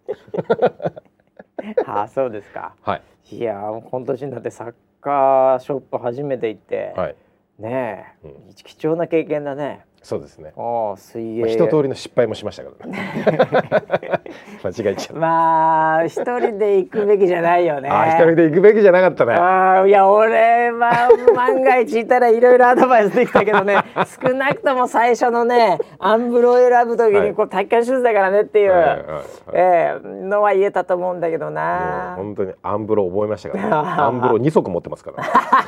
そうですか。いや今年になってサッカーショップ初めて行って、ねえ、貴重な経験だね。 そうですね。 水泳、 一通りの失敗もしましたからね。間違えちゃった。 まあ一人で行くべきじゃないよね。 一人で行くべきじゃなかったね。 いや俺は万が一いたらいろいろアドバイスできたけどね、少なくとも最初のねアンブロを選ぶ時に体育館シューズだからねっていうのは言えたと思うんだけどな。 本当にアンブロ覚えましたからね。アンブロ2足持ってますから。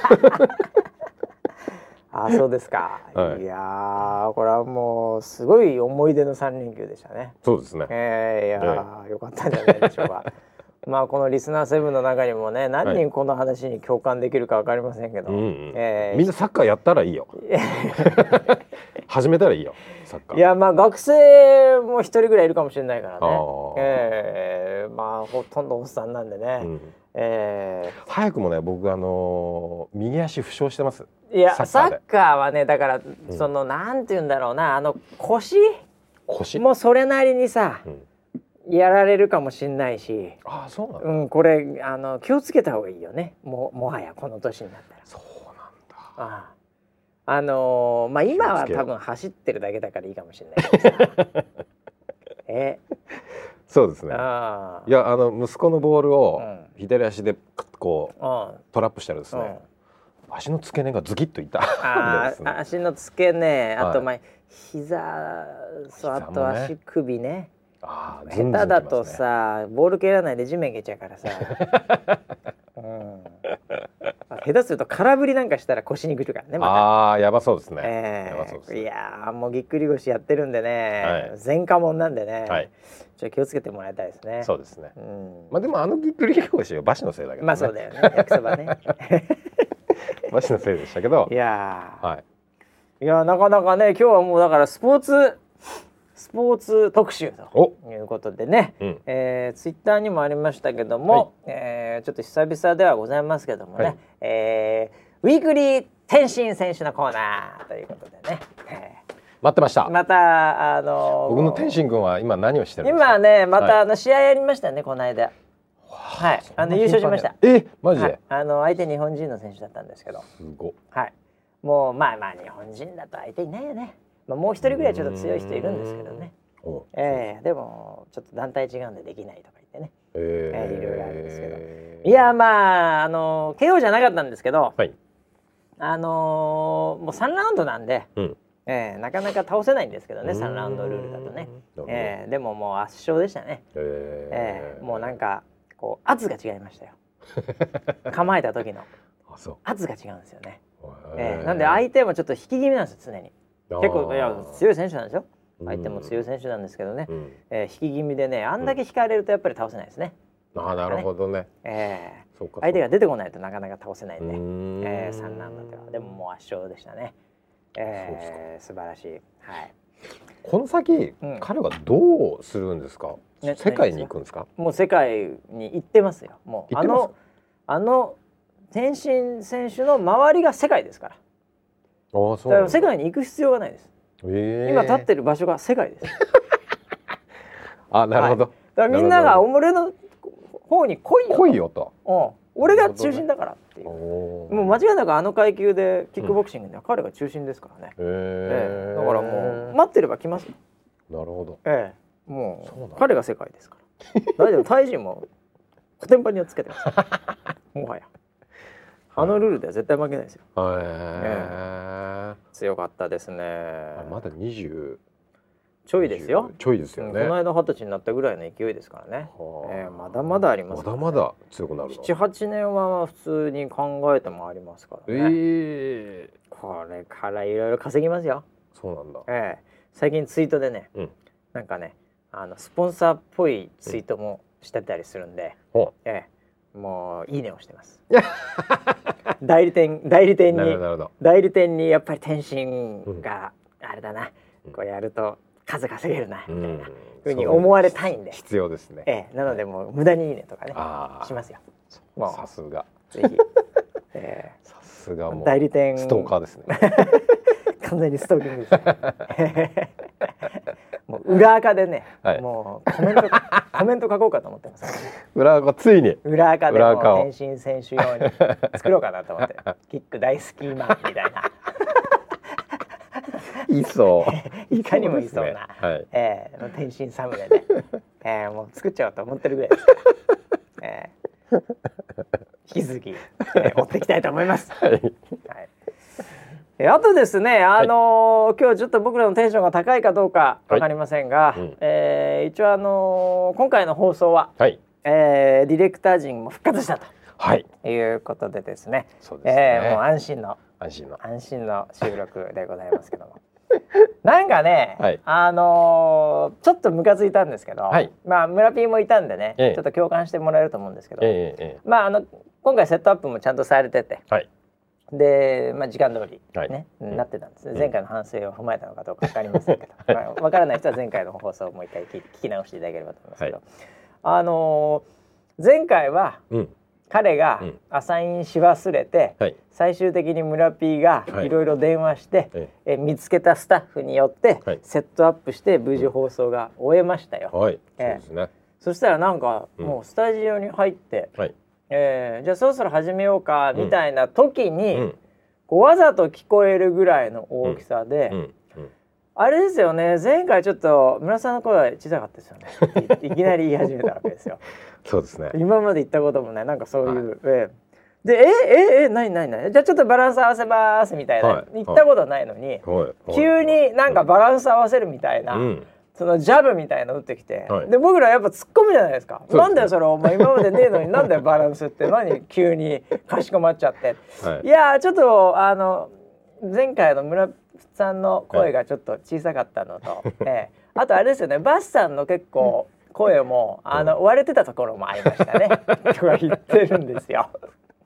そうですか。いやこれはもうすごい思い出の3連休でしたね。 そうですね。 よかったんじゃないでしょうか。まあこのリスナー7の中にもね、何人この話に共感できるかわかりませんけど、みんなサッカーやったらいいよ。始めたらいいよ、サッカー。 いやまあ学生も一人ぐらいいるかもしれないからね。まあほとんどおっさんなんでね。 早くもね、僕右足負傷してます。 いやサッカーはね、だからなんて言うんだろうな、腰もそれなりにさ、やられるかもしんないし。 そうなんだ。 これ気をつけた方がいいよね。もはやこの年になったら。 そうなんだ。 まあ今は多分走ってるだけだからいいかもしれないけどさ。 そうですね。いや息子のボールを左足でこうトラップしたらですね、足の付け根がズキッといったんですね。 足の付け根、あと膝、あと足首ね。下手だとさ、ボール蹴らないで地面蹴っちゃうからさ。 下手すると空振りなんかしたら腰にくるからね。 またやばそうですね。やばそうです。 いやもうぎっくり腰やってるんでね、前科者なんでね、ちょっと気をつけてもらいたいですね。 そうですね。まあでもぎっくり腰はバシのせいだけどね。 まあそうだよね。焼きそばね。 バシのせいでしたけど。 いやなかなかね今日はもうだからスポーツ特集ということでね、ツイッターにもありましたけども、ちょっと久々ではございますけどもね、ウィークリー天心選手のコーナーということでね、 待ってました。 また僕の天心君は今何をしてるんですか。 今ねまた試合やりましたね、この間。はい、優勝しました。 マジで。 相手日本人の選手だったんですけど。 すごい。 はい。もうまあ日本人だと相手いないよね。もう一人ぐらいちょっと強い人いるんですけどね。でもちょっと団体違うんでできないとか言ってね、いろいろあるんですけど、いやKO じゃなかったんですけど、もう3ラウンドなんで、なかなか倒せないんですけどね、3ラウンドルールだとね。でももう圧勝でしたね。もうなんかこう圧が違いましたよ。構えた時の圧が違うんですよね。なんで相手もちょっと引き気味なんですよ、常に。結構強い選手なんですよ。相手も強い選手なんですけどね、引き気味でね、あんだけ引かれるとやっぱり倒せないですね。 なるほどね。 相手が出てこないとなかなか倒せないんで、3ラウンドではでももう圧勝でしたね。素晴らしい。 この先、彼はどうするんですか。世界に行くんですか。 もう世界に行ってますよ。もう天心選手の周りが世界ですから。だから世界に行く必要がないです。今立ってる場所が世界です。 なるほど。 だからみんなが俺の方に来いよと。 俺が中心だからっていう。もう間違いなく階級でキックボクシングでは彼が中心ですからね。だからもう待ってれば来ますよ。 なるほど。 もう彼が世界ですから。大丈夫。タイ人もコテンパンにはつけてます。もはや。ルールでは絶対負けないですよ。強かったですね。 まだ20 ちょいですよ。 ちょいですよね。 この間20歳になったぐらいの勢いですからね。まだまだあります。 まだまだ強くなるの。 7、8年は普通に考えてもありますからね。これからいろいろ稼ぎますよ。 そうなんだ。 最近ツイートでね、なんかね、スポンサーっぽいツイートもしてたりするんで、もういいねをしてます。代理店にやっぱり天心があれだな、こうやると数稼げるなみたいなふうに思われたいんで、 必要ですね。 なのでもう無駄にいいねとかねしますよ。 もうさすが。 ぜひ。 さすがもう代理店ストーカーですね。 完全にストーキングですね。もう裏垢でね、もうコメント書こうかと思ってます。 裏垢ついに裏垢でも天心選手用に作ろうかなと思って、キック大好きマンみたいな。 いそういかにもいそうな天心サムネで、もう作っちゃおうと思ってるぐらいですから。引き続き追っていきたいと思います。あとですね、今日ちょっと僕らのテンションが高いかどうか分かりませんが、一応今回の放送は、ディレクター陣も復活したということでですね、もう安心の収録でございますけども。なんかね、ちょっとムカついたんですけど、村 P もいたんでね、ちょっと共感してもらえると思うんですけど、今回セットアップもちゃんとされてて、で、時間通りね、なってたんですね。前回の反省を踏まえたのかどうか分かりませんけど、分からない人は前回の放送をもう一回聞き直していただければと思いますけど、前回は彼がアサインし忘れて、最終的に村 P がいろいろ電話して、見つけたスタッフによってセットアップして無事放送が終えましたよ。そしたらなんかもうスタジオに入って、じゃあそろそろ始めようかみたいな時に、わざと聞こえるぐらいの大きさで、あれですよね、前回ちょっと村さんの声小さかったですよね。いきなり言い始めたわけですよ。 そうですね。 今まで言ったこともね、なんかそういう、で何じゃあちょっとバランス合わせますみたいな、言ったことないのに、急になんかバランス合わせるみたいな、 そのジャブみたいの打ってきて、で僕らやっぱ突っ込むじゃないですか。なんだよそれお前今までねえのになんだよバランスって何急にかしこまっちゃって、いやちょっと前回の村さんの声がちょっと小さかったのと、あとあれですよね、バスさんの結構声も割れてたところもありましたねとか言ってるんですよ。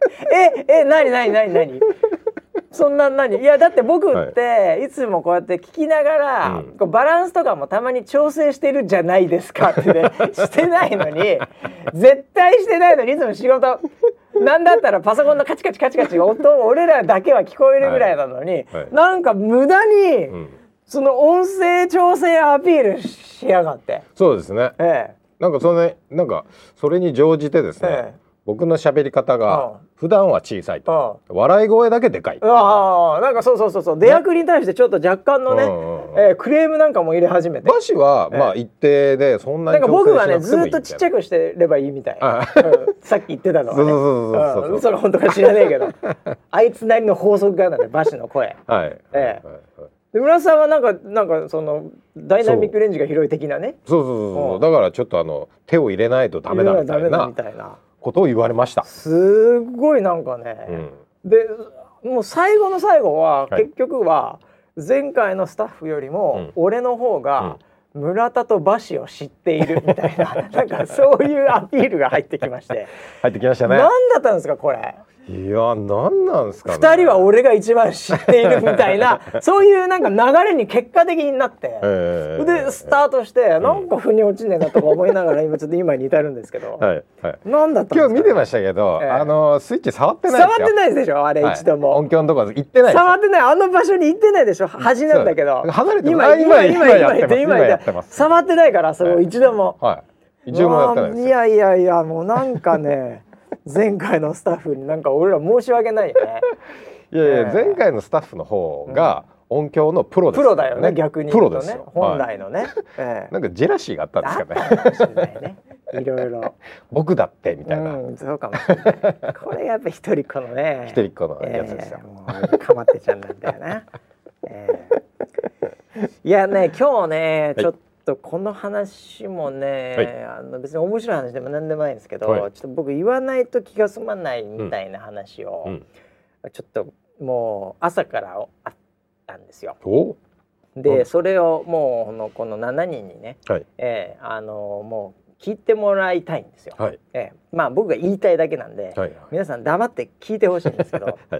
何そんな何いやだって僕っていつもこうやって聞きながら、こうバランスとかもたまに調整してるじゃないですかってねしてないのに絶対してないのにいつも仕事なんだったらパソコンのカチカチカチカチ音俺らだけは聞こえるぐらいなのに、なんか無駄に、その音声調整アピールしやがって。 そうですね、なんかそれに乗じてですね、僕の喋り方が普段は小さいと、笑い声だけでかい。 なんかそう出役に対してちょっと若干のね、クレームなんかも入れ始めて。 バシはまあ一定でそんなになんか僕はねずっとちっちゃくしてればいいみたいな。さっき言ってたのはね。嘘か本当か知らねえけど、あいつなりの法則がなんでバシの声。で村さんはなんかそのダイナミックレンジが広い的なね。 そうだからちょっと手を入れないとダメだみたいなことを言われました。 すごいなんかね、でもう最後の最後は結局は前回のスタッフよりも俺の方が村田とバシを知っているみたいな、なんかそういうアピールが入ってきまして。 入ってきましたね。 何だったんですかこれ。 いや何なんですかね。 2人は俺が一番知っているみたいなそういうなんか流れに結果的になって、でスタートしてなんか腑に落ちねえなとか思いながら今ちょっと今に至るんですけど、何だったんですか。 今日見てましたけど、スイッチ触ってないですよ。 触ってないでしょあれ一度も。 音響のところ行ってない。 触ってない、あの場所に行ってないでしょ。端なんだけど離れて今やってます。触ってないからそれを一度も。 一度もやってないです。 いやもうなんかね前回のスタッフになんか俺ら申し訳ないよね。 いや前回のスタッフの方が音響のプロですよね。 プロだよね逆に言うとね、本来のね。 なんかジェラシーがあったんですかね。 いろいろ僕だってみたいな。 そうかもしれない。これやっぱ一人っ子のね。 一人っ子のやつですよ。 かまってちゃんなんだよな。いやね今日ねちょっとこの話もね、別に面白い話でも何でもないんですけど、ちょっと僕言わないと気が済まないみたいな話を、ちょっともう朝からあったんですよ。でそれをもうこの7人にね、もう聞いてもらいたいんですよ。まあ僕が言いたいだけなんで、皆さん黙って聞いてほしいんですけど、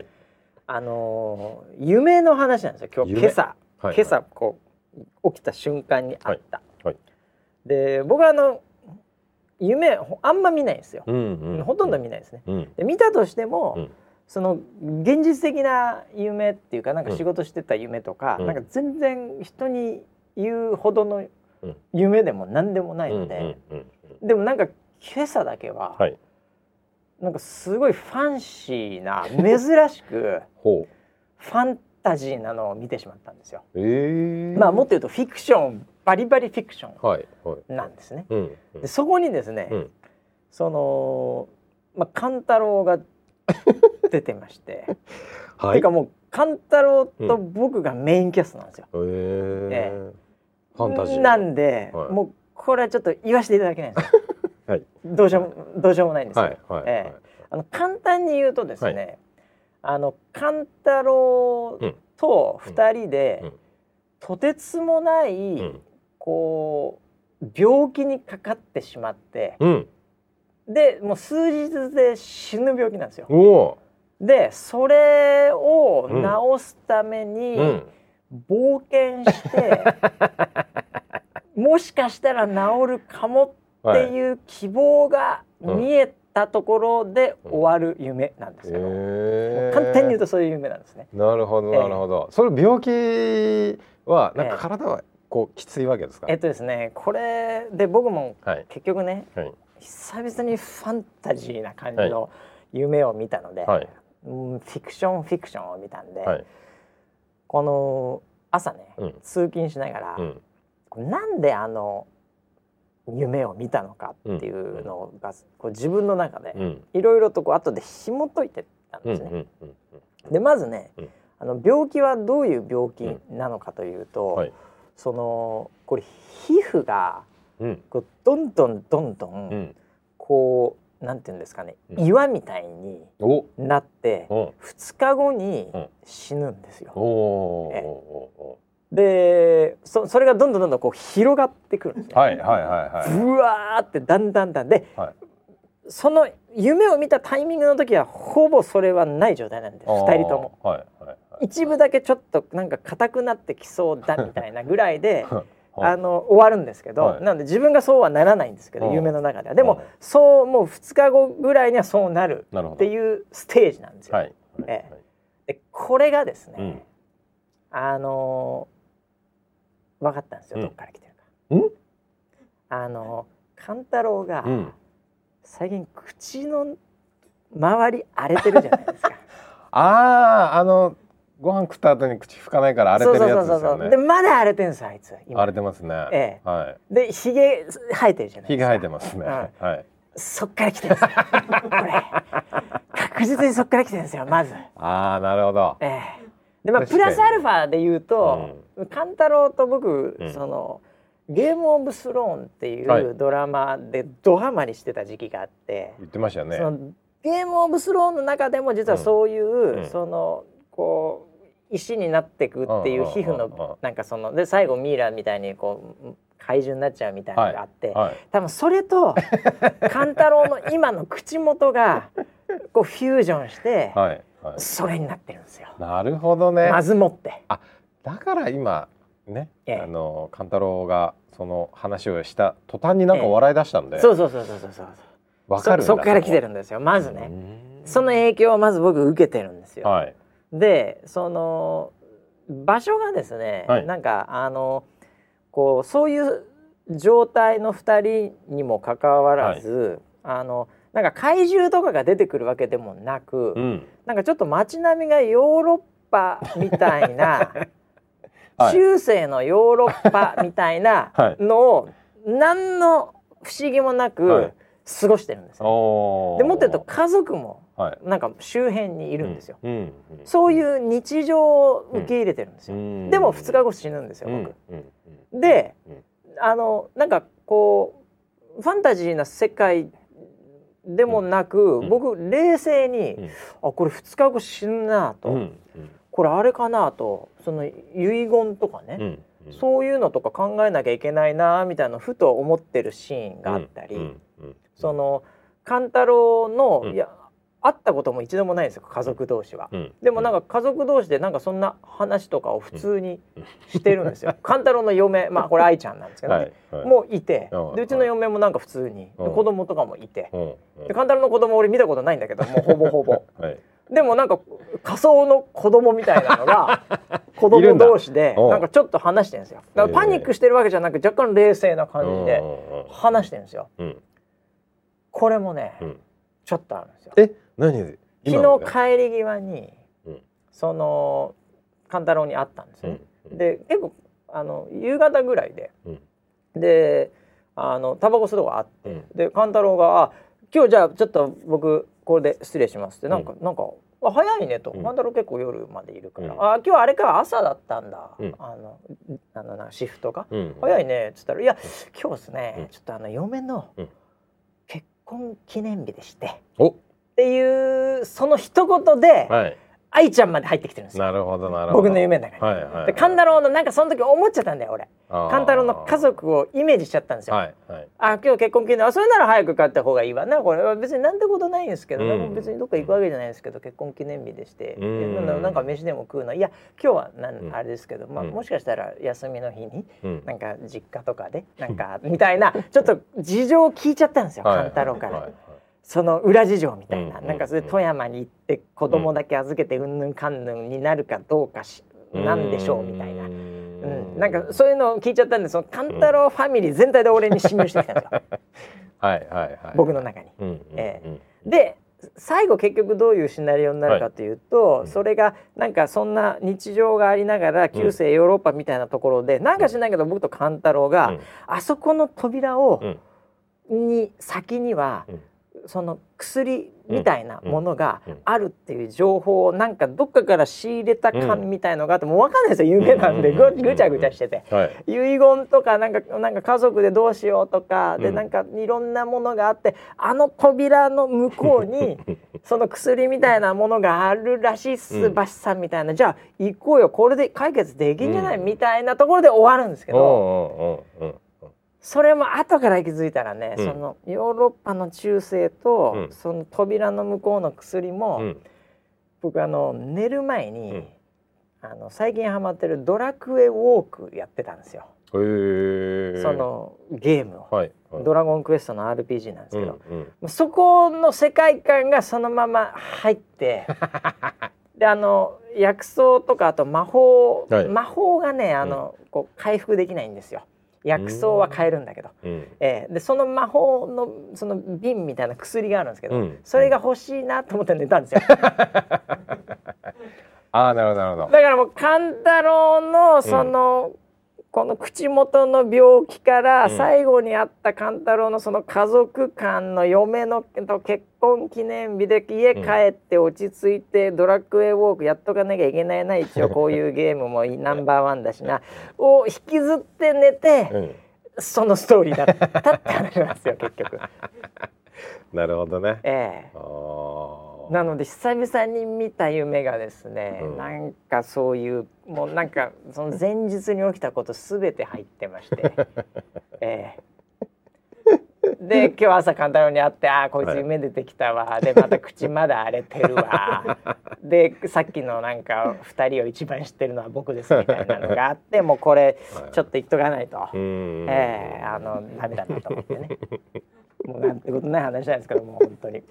夢の話なんですよ。今朝こう起きた瞬間にあった。で僕は夢あんま見ないんですよ。ほとんど見ないですね。で見たとしても、その現実的な夢っていうかなんか仕事してた夢とか、なんか全然人に言うほどの夢でも何でもないので、でもなんか今朝だけは、なんかすごいファンシーな珍しくファンタジーなのを見てしまったんですよ。まあもっと言うとフィクション、バリバリフィクションなんですね。でそこにですね、その勘太郎が出てまして、てかもう勘太郎と僕がメインキャストなんですよ。ファンタジーなんで、もうこれはちょっと言わせていただけないんですよ。どうしようもないんですよ。簡単に言うとですね、勘太郎と2人で、とてつもないこう病気にかかってしまって、でもう数日で死ぬ病気なんですよ。でそれを治すために冒険して、もしかしたら治るかもっていう希望が見えたところで終わる夢なんですけど、簡単に言うとそういう夢なんですね。 なるほどなるほど。それ病気はなんか体はこうきついわけですか。 ですね、これで僕も結局ね、久々にファンタジーな感じの夢を見たので、フィクションを見たんで、この朝ね、通勤しながら、なんで夢を見たのかっていうのがこう自分の中でいろいろとこう後で紐解いてったんですね。でまずね、病気はどういう病気なのかというと、 そのこれ皮膚がこうどんどんこうなんていうんですかね、岩みたいになって2日後に死ぬんですよ。でそれがどんどんこう広がってくるんですね。ブワーってだんだんで、その夢を見たタイミングの時はほぼそれはない状態なんです、2人とも。一部だけちょっとなんか硬くなってきそうだみたいなぐらいで終わるんですけど、なので自分がそうはならないんですけど、夢の中では。でもそうもう2日後ぐらいにはそうなるっていうステージなんですよ。でこれがですね、分かったんですよ、どっから来てるか。勘太郎が最近口の周り荒れてるじゃないですか。 ご飯食った後に口拭かないから荒れてるやつですよね。 でまだ荒れてるんですあいつ。 荒れてますね。 でひげ生えてるじゃないですか。 ひげ生えてますね。 そっから来てるんですよ。これ確実にそっから来てるんですよまず。 なるほど。 でプラスアルファで言うと、勘太郎と僕、そのゲームオブスローンっていうドラマでドハマりしてた時期があって、 言ってましたよね。 そのゲームオブスローンの中でも実はそういう、そのこう石になっていくっていう皮膚のなんかそので最後ミイラみたいにこう怪獣になっちゃうみたいなのがあって、多分それと勘太郎の今の口元がこうフュージョンして、それになってるんですよ。 なるほどね。 まずもって。 だから今ね、勘太郎がその話をした途端になんか笑い出したんで。 そう。分かるんだ。そこから来てるんですよ。まずね。その影響をまず僕受けてるんですよ。でその場所がですね、なんかこうそういう状態の2人にもかかわらず、なんか怪獣とかが出てくるわけでもなく、なんかちょっと街並みがヨーロッパみたいな中世のヨーロッパみたいなのを何の不思議もなく過ごしてるんですよ。でもっと言うと家族もなんか周辺にいるんですよ。そういう日常を受け入れてるんですよ。でも2日後死ぬんですよ僕。でなんかこうファンタジーな世界でもなく、僕冷静にこれ2日後死ぬなと、これあれかなと、その遺言とかね、そういうのとか考えなきゃいけないなみたいなふと思ってるシーンがあったり、その勘太郎の、いや会ったことも一度もないんですよ家族同士は。でもなんか家族同士でなんかそんな話とかを普通にしてるんですよ。勘太郎の嫁、これ愛ちゃんなんですけどね、もういて、でうちの嫁もなんか普通に、子供とかもいて、で勘太郎の子供俺見たことないんだけどもうほぼでもなんか仮想の子供みたいなのが子供同士でなんかちょっと話してるんですよ。だからパニックしてるわけじゃなく若干冷静な感じで話してるんですよ。これもね、ちょっとあるんですよ。 何？ 昨日帰り際に、その勘太郎に会ったんですね。で結構夕方ぐらいで、でタバコ吸うとこあって、で勘太郎が今日じゃあちょっと僕これで失礼しますってなんか早いねと、勘太郎結構夜までいるから、今日あれか朝だったんだ、シフトが、早いねっつったら、いや今日ですね、ちょっと嫁の結婚記念日でしてっていうその一言で、愛ちゃんまで入ってきてるんですよ。 なるほど僕の夢の中に。で勘太郎のなんかその時思っちゃったんだよ俺。勘太郎の家族をイメージしちゃったんですよ。今日結婚記念日、それなら早く帰った方がいいわな、これは別になんてことないんですけど、別にどっか行くわけじゃないですけど結婚記念日でして、なんか飯でも食うの、いや今日はあれですけど、もしかしたら休みの日になんか実家とかでなんかみたいなちょっと事情を聞いちゃったんですよ勘太郎から。その裏事情みたいな、なんかそれ富山に行って子供だけ預けてうんぬんかんぬんになるかどうかなんでしょうみたいな、なんかそういうのを聞いちゃったんで、その勘太郎ファミリー全体で俺に侵入してきたんですよ僕の中に。で最後結局どういうシナリオになるかというと、それがなんかそんな日常がありながら旧世ヨーロッパみたいなところで、なんか知らないけど僕と勘太郎が、あそこの扉をに先には、 その薬みたいなものがあるっていう情報をなんかどっかから仕入れた感みたいのがあって、もう分かんないですよ、夢なんでぐちゃぐちゃしてて、遺言とかなんか家族でどうしようとかで、なんかいろんなものがあって、あの扉の向こうにその薬みたいなものがあるらしいっす、バシさんみたいな、じゃあ行こうよ、これで解決できんじゃないみたいなところで終わるんですけど、それも後から気づいたらね、そのヨーロッパの中世と、その扉の向こうの薬も、僕寝る前に、最近ハマってるドラクエウォークやってたんですよ。そのゲームを、ドラゴンクエストの RPG なんですけど、そこの世界観がそのまま入ってで薬草とかあと魔法がねこう回復できないんですよ。薬草は買えるんだけど、でその魔法のその瓶みたいな薬があるんですけど、それが欲しいなと思って寝たんですよ。 なるほどなるほど。 だからもう勘太郎のその、この口元の病気から最後にあった勘太郎のその家族間の嫁の結婚記念日で家帰って落ち着いてドラクエウォークやっとかなきゃいけないな、一応こういうゲームもナンバーワンだしなを引きずって寝て、そのストーリーだったって話なんですよ結局。 なるほどね。 なので久々に見た夢がですね、なんかそういうもうなんかその前日に起きたことすべて入ってまして、で今日朝勘太郎に会って、こいつ夢出てきたわ、でまた口まだ荒れてるわでさっきのなんか2人を一番知ってるのは僕ですみたいなのがあって、もうこれちょっと言っとかないと、ダメだなと思ってね。もうなんてことない話なんですけども、本当に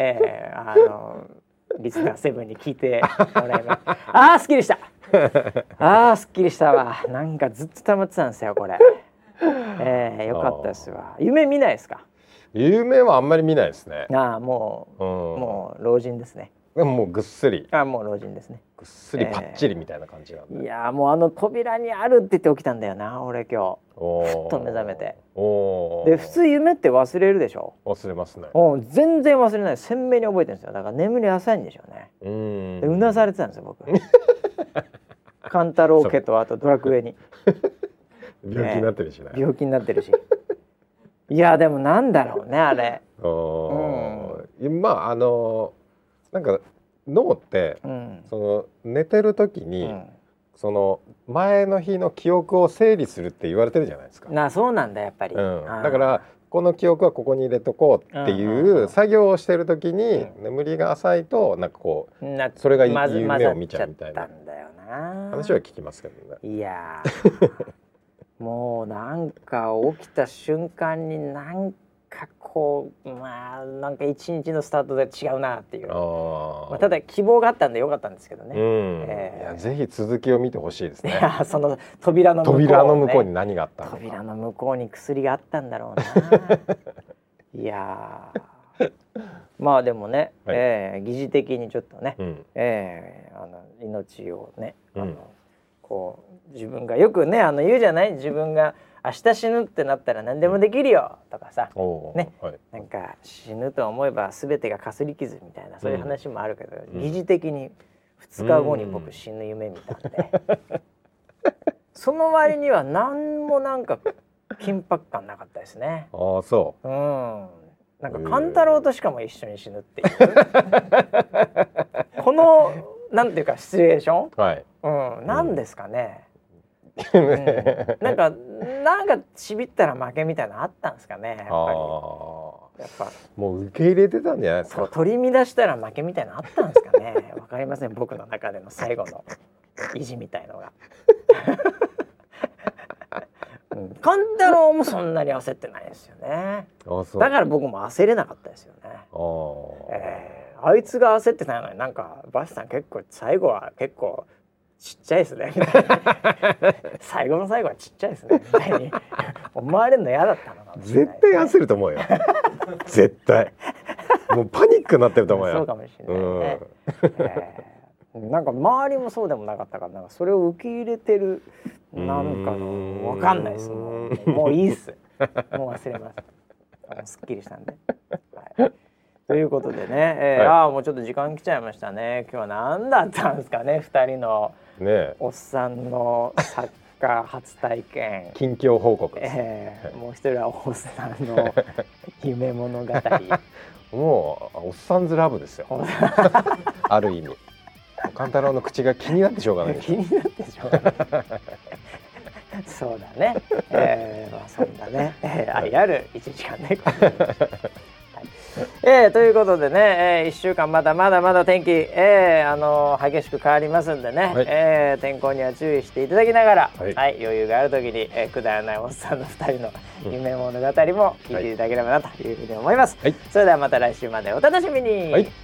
リスナー7に聞いてもらいます。すっきりしたすっきりしたわ。なんかずっと溜まってたんですよこれ。よかったですわ。夢見ないですか？ 夢はあんまり見ないですね。 もう老人ですね。 もうぐっすり。 もう老人ですね。 ぐっすりパッチリみたいな感じなんで。 いやもう扉にあるって言って起きたんだよな俺今日。ふっと目覚めて。で普通夢って忘れるでしょ？ 忘れますね。 全然忘れない。鮮明に覚えてるんですよ。だから眠り浅いんでしょうね。でうなされてたんですよ僕。勘太郎家とあとドラクエに。 病気になってるしね。 病気になってるし。いやでもなんだろうねあれ。 なんか脳って、その寝てる時に、その前の日の記憶を整理するって言われてるじゃないですか。 そうなんだやっぱり。 だからこの記憶はここに入れとこうっていう作業をしてる時に、眠りが浅いとなんかこうそれが夢を見ちゃうみたいな話は聞きますけどね。 いやもうなんか起きた瞬間になんかこうなんか一日のスタートで違うなっていう、ただ希望があったんでよかったんですけどね。 いやぜひ続きを見てほしいですね。 その扉の向こうに何があったのか。 扉の向こうに薬があったんだろうな。いやでもね、疑似的にちょっとね、命をね、こう自分がよくね言うじゃない、自分が明日死ぬってなったら何でもできるよとかさ、なんか死ぬと思えば全てがかすり傷みたいなそういう話もあるけど、疑似的に2日後に僕死ぬ夢見たんで、その割には何もなんか緊迫感なかったですね。 そう。 なんか勘太郎としかも一緒に死ぬっていうこのなんていうかシチュエーション、なんですかね。なんかちびったら負けみたいなのあったんですかね。やっぱもう受け入れてたんじゃないですか。 取り乱したら負けみたいなのあったんですかね。わかりません、僕の中での最後の意地みたいのが。勘太郎もそんなに焦ってないですよね。だから僕も焦れなかったですよね。あいつが焦ってないのになんかバスさん結構最後は結構ちっちゃいですねみたいな最後の最後はちっちゃいですねみたいに思われるの嫌だったのかもしれない、 絶対焦ると思うよ。絶対もうパニックになってると思うよ。 そうかもしれないね。なんか周りもそうでもなかったから、なんかそれを受け入れてるなんかわかんないです。もういいっす。もう忘れます。すっきりしたんで。 ということでね、はい、もうちょっと時間来ちゃいましたね。今日は何だったんですかね、2人のおっさんのサッカー初体験近況報告です、 もう一人はおっさんの夢物語もうおっさんずラブですよある意味勘太郎の口が気になってしょうがない気になってしょうがないそうだね、まあそんなね、愛ある1時間ねということでね、1週間まだまだ天気、激しく変わりますんでね、はい、天候には注意していただきながら、はいはい、余裕がある時に、くだらないおっさんの2人の夢物語も聞いていただければなというふうに思います、はい、それではまた来週までお楽しみに、はい。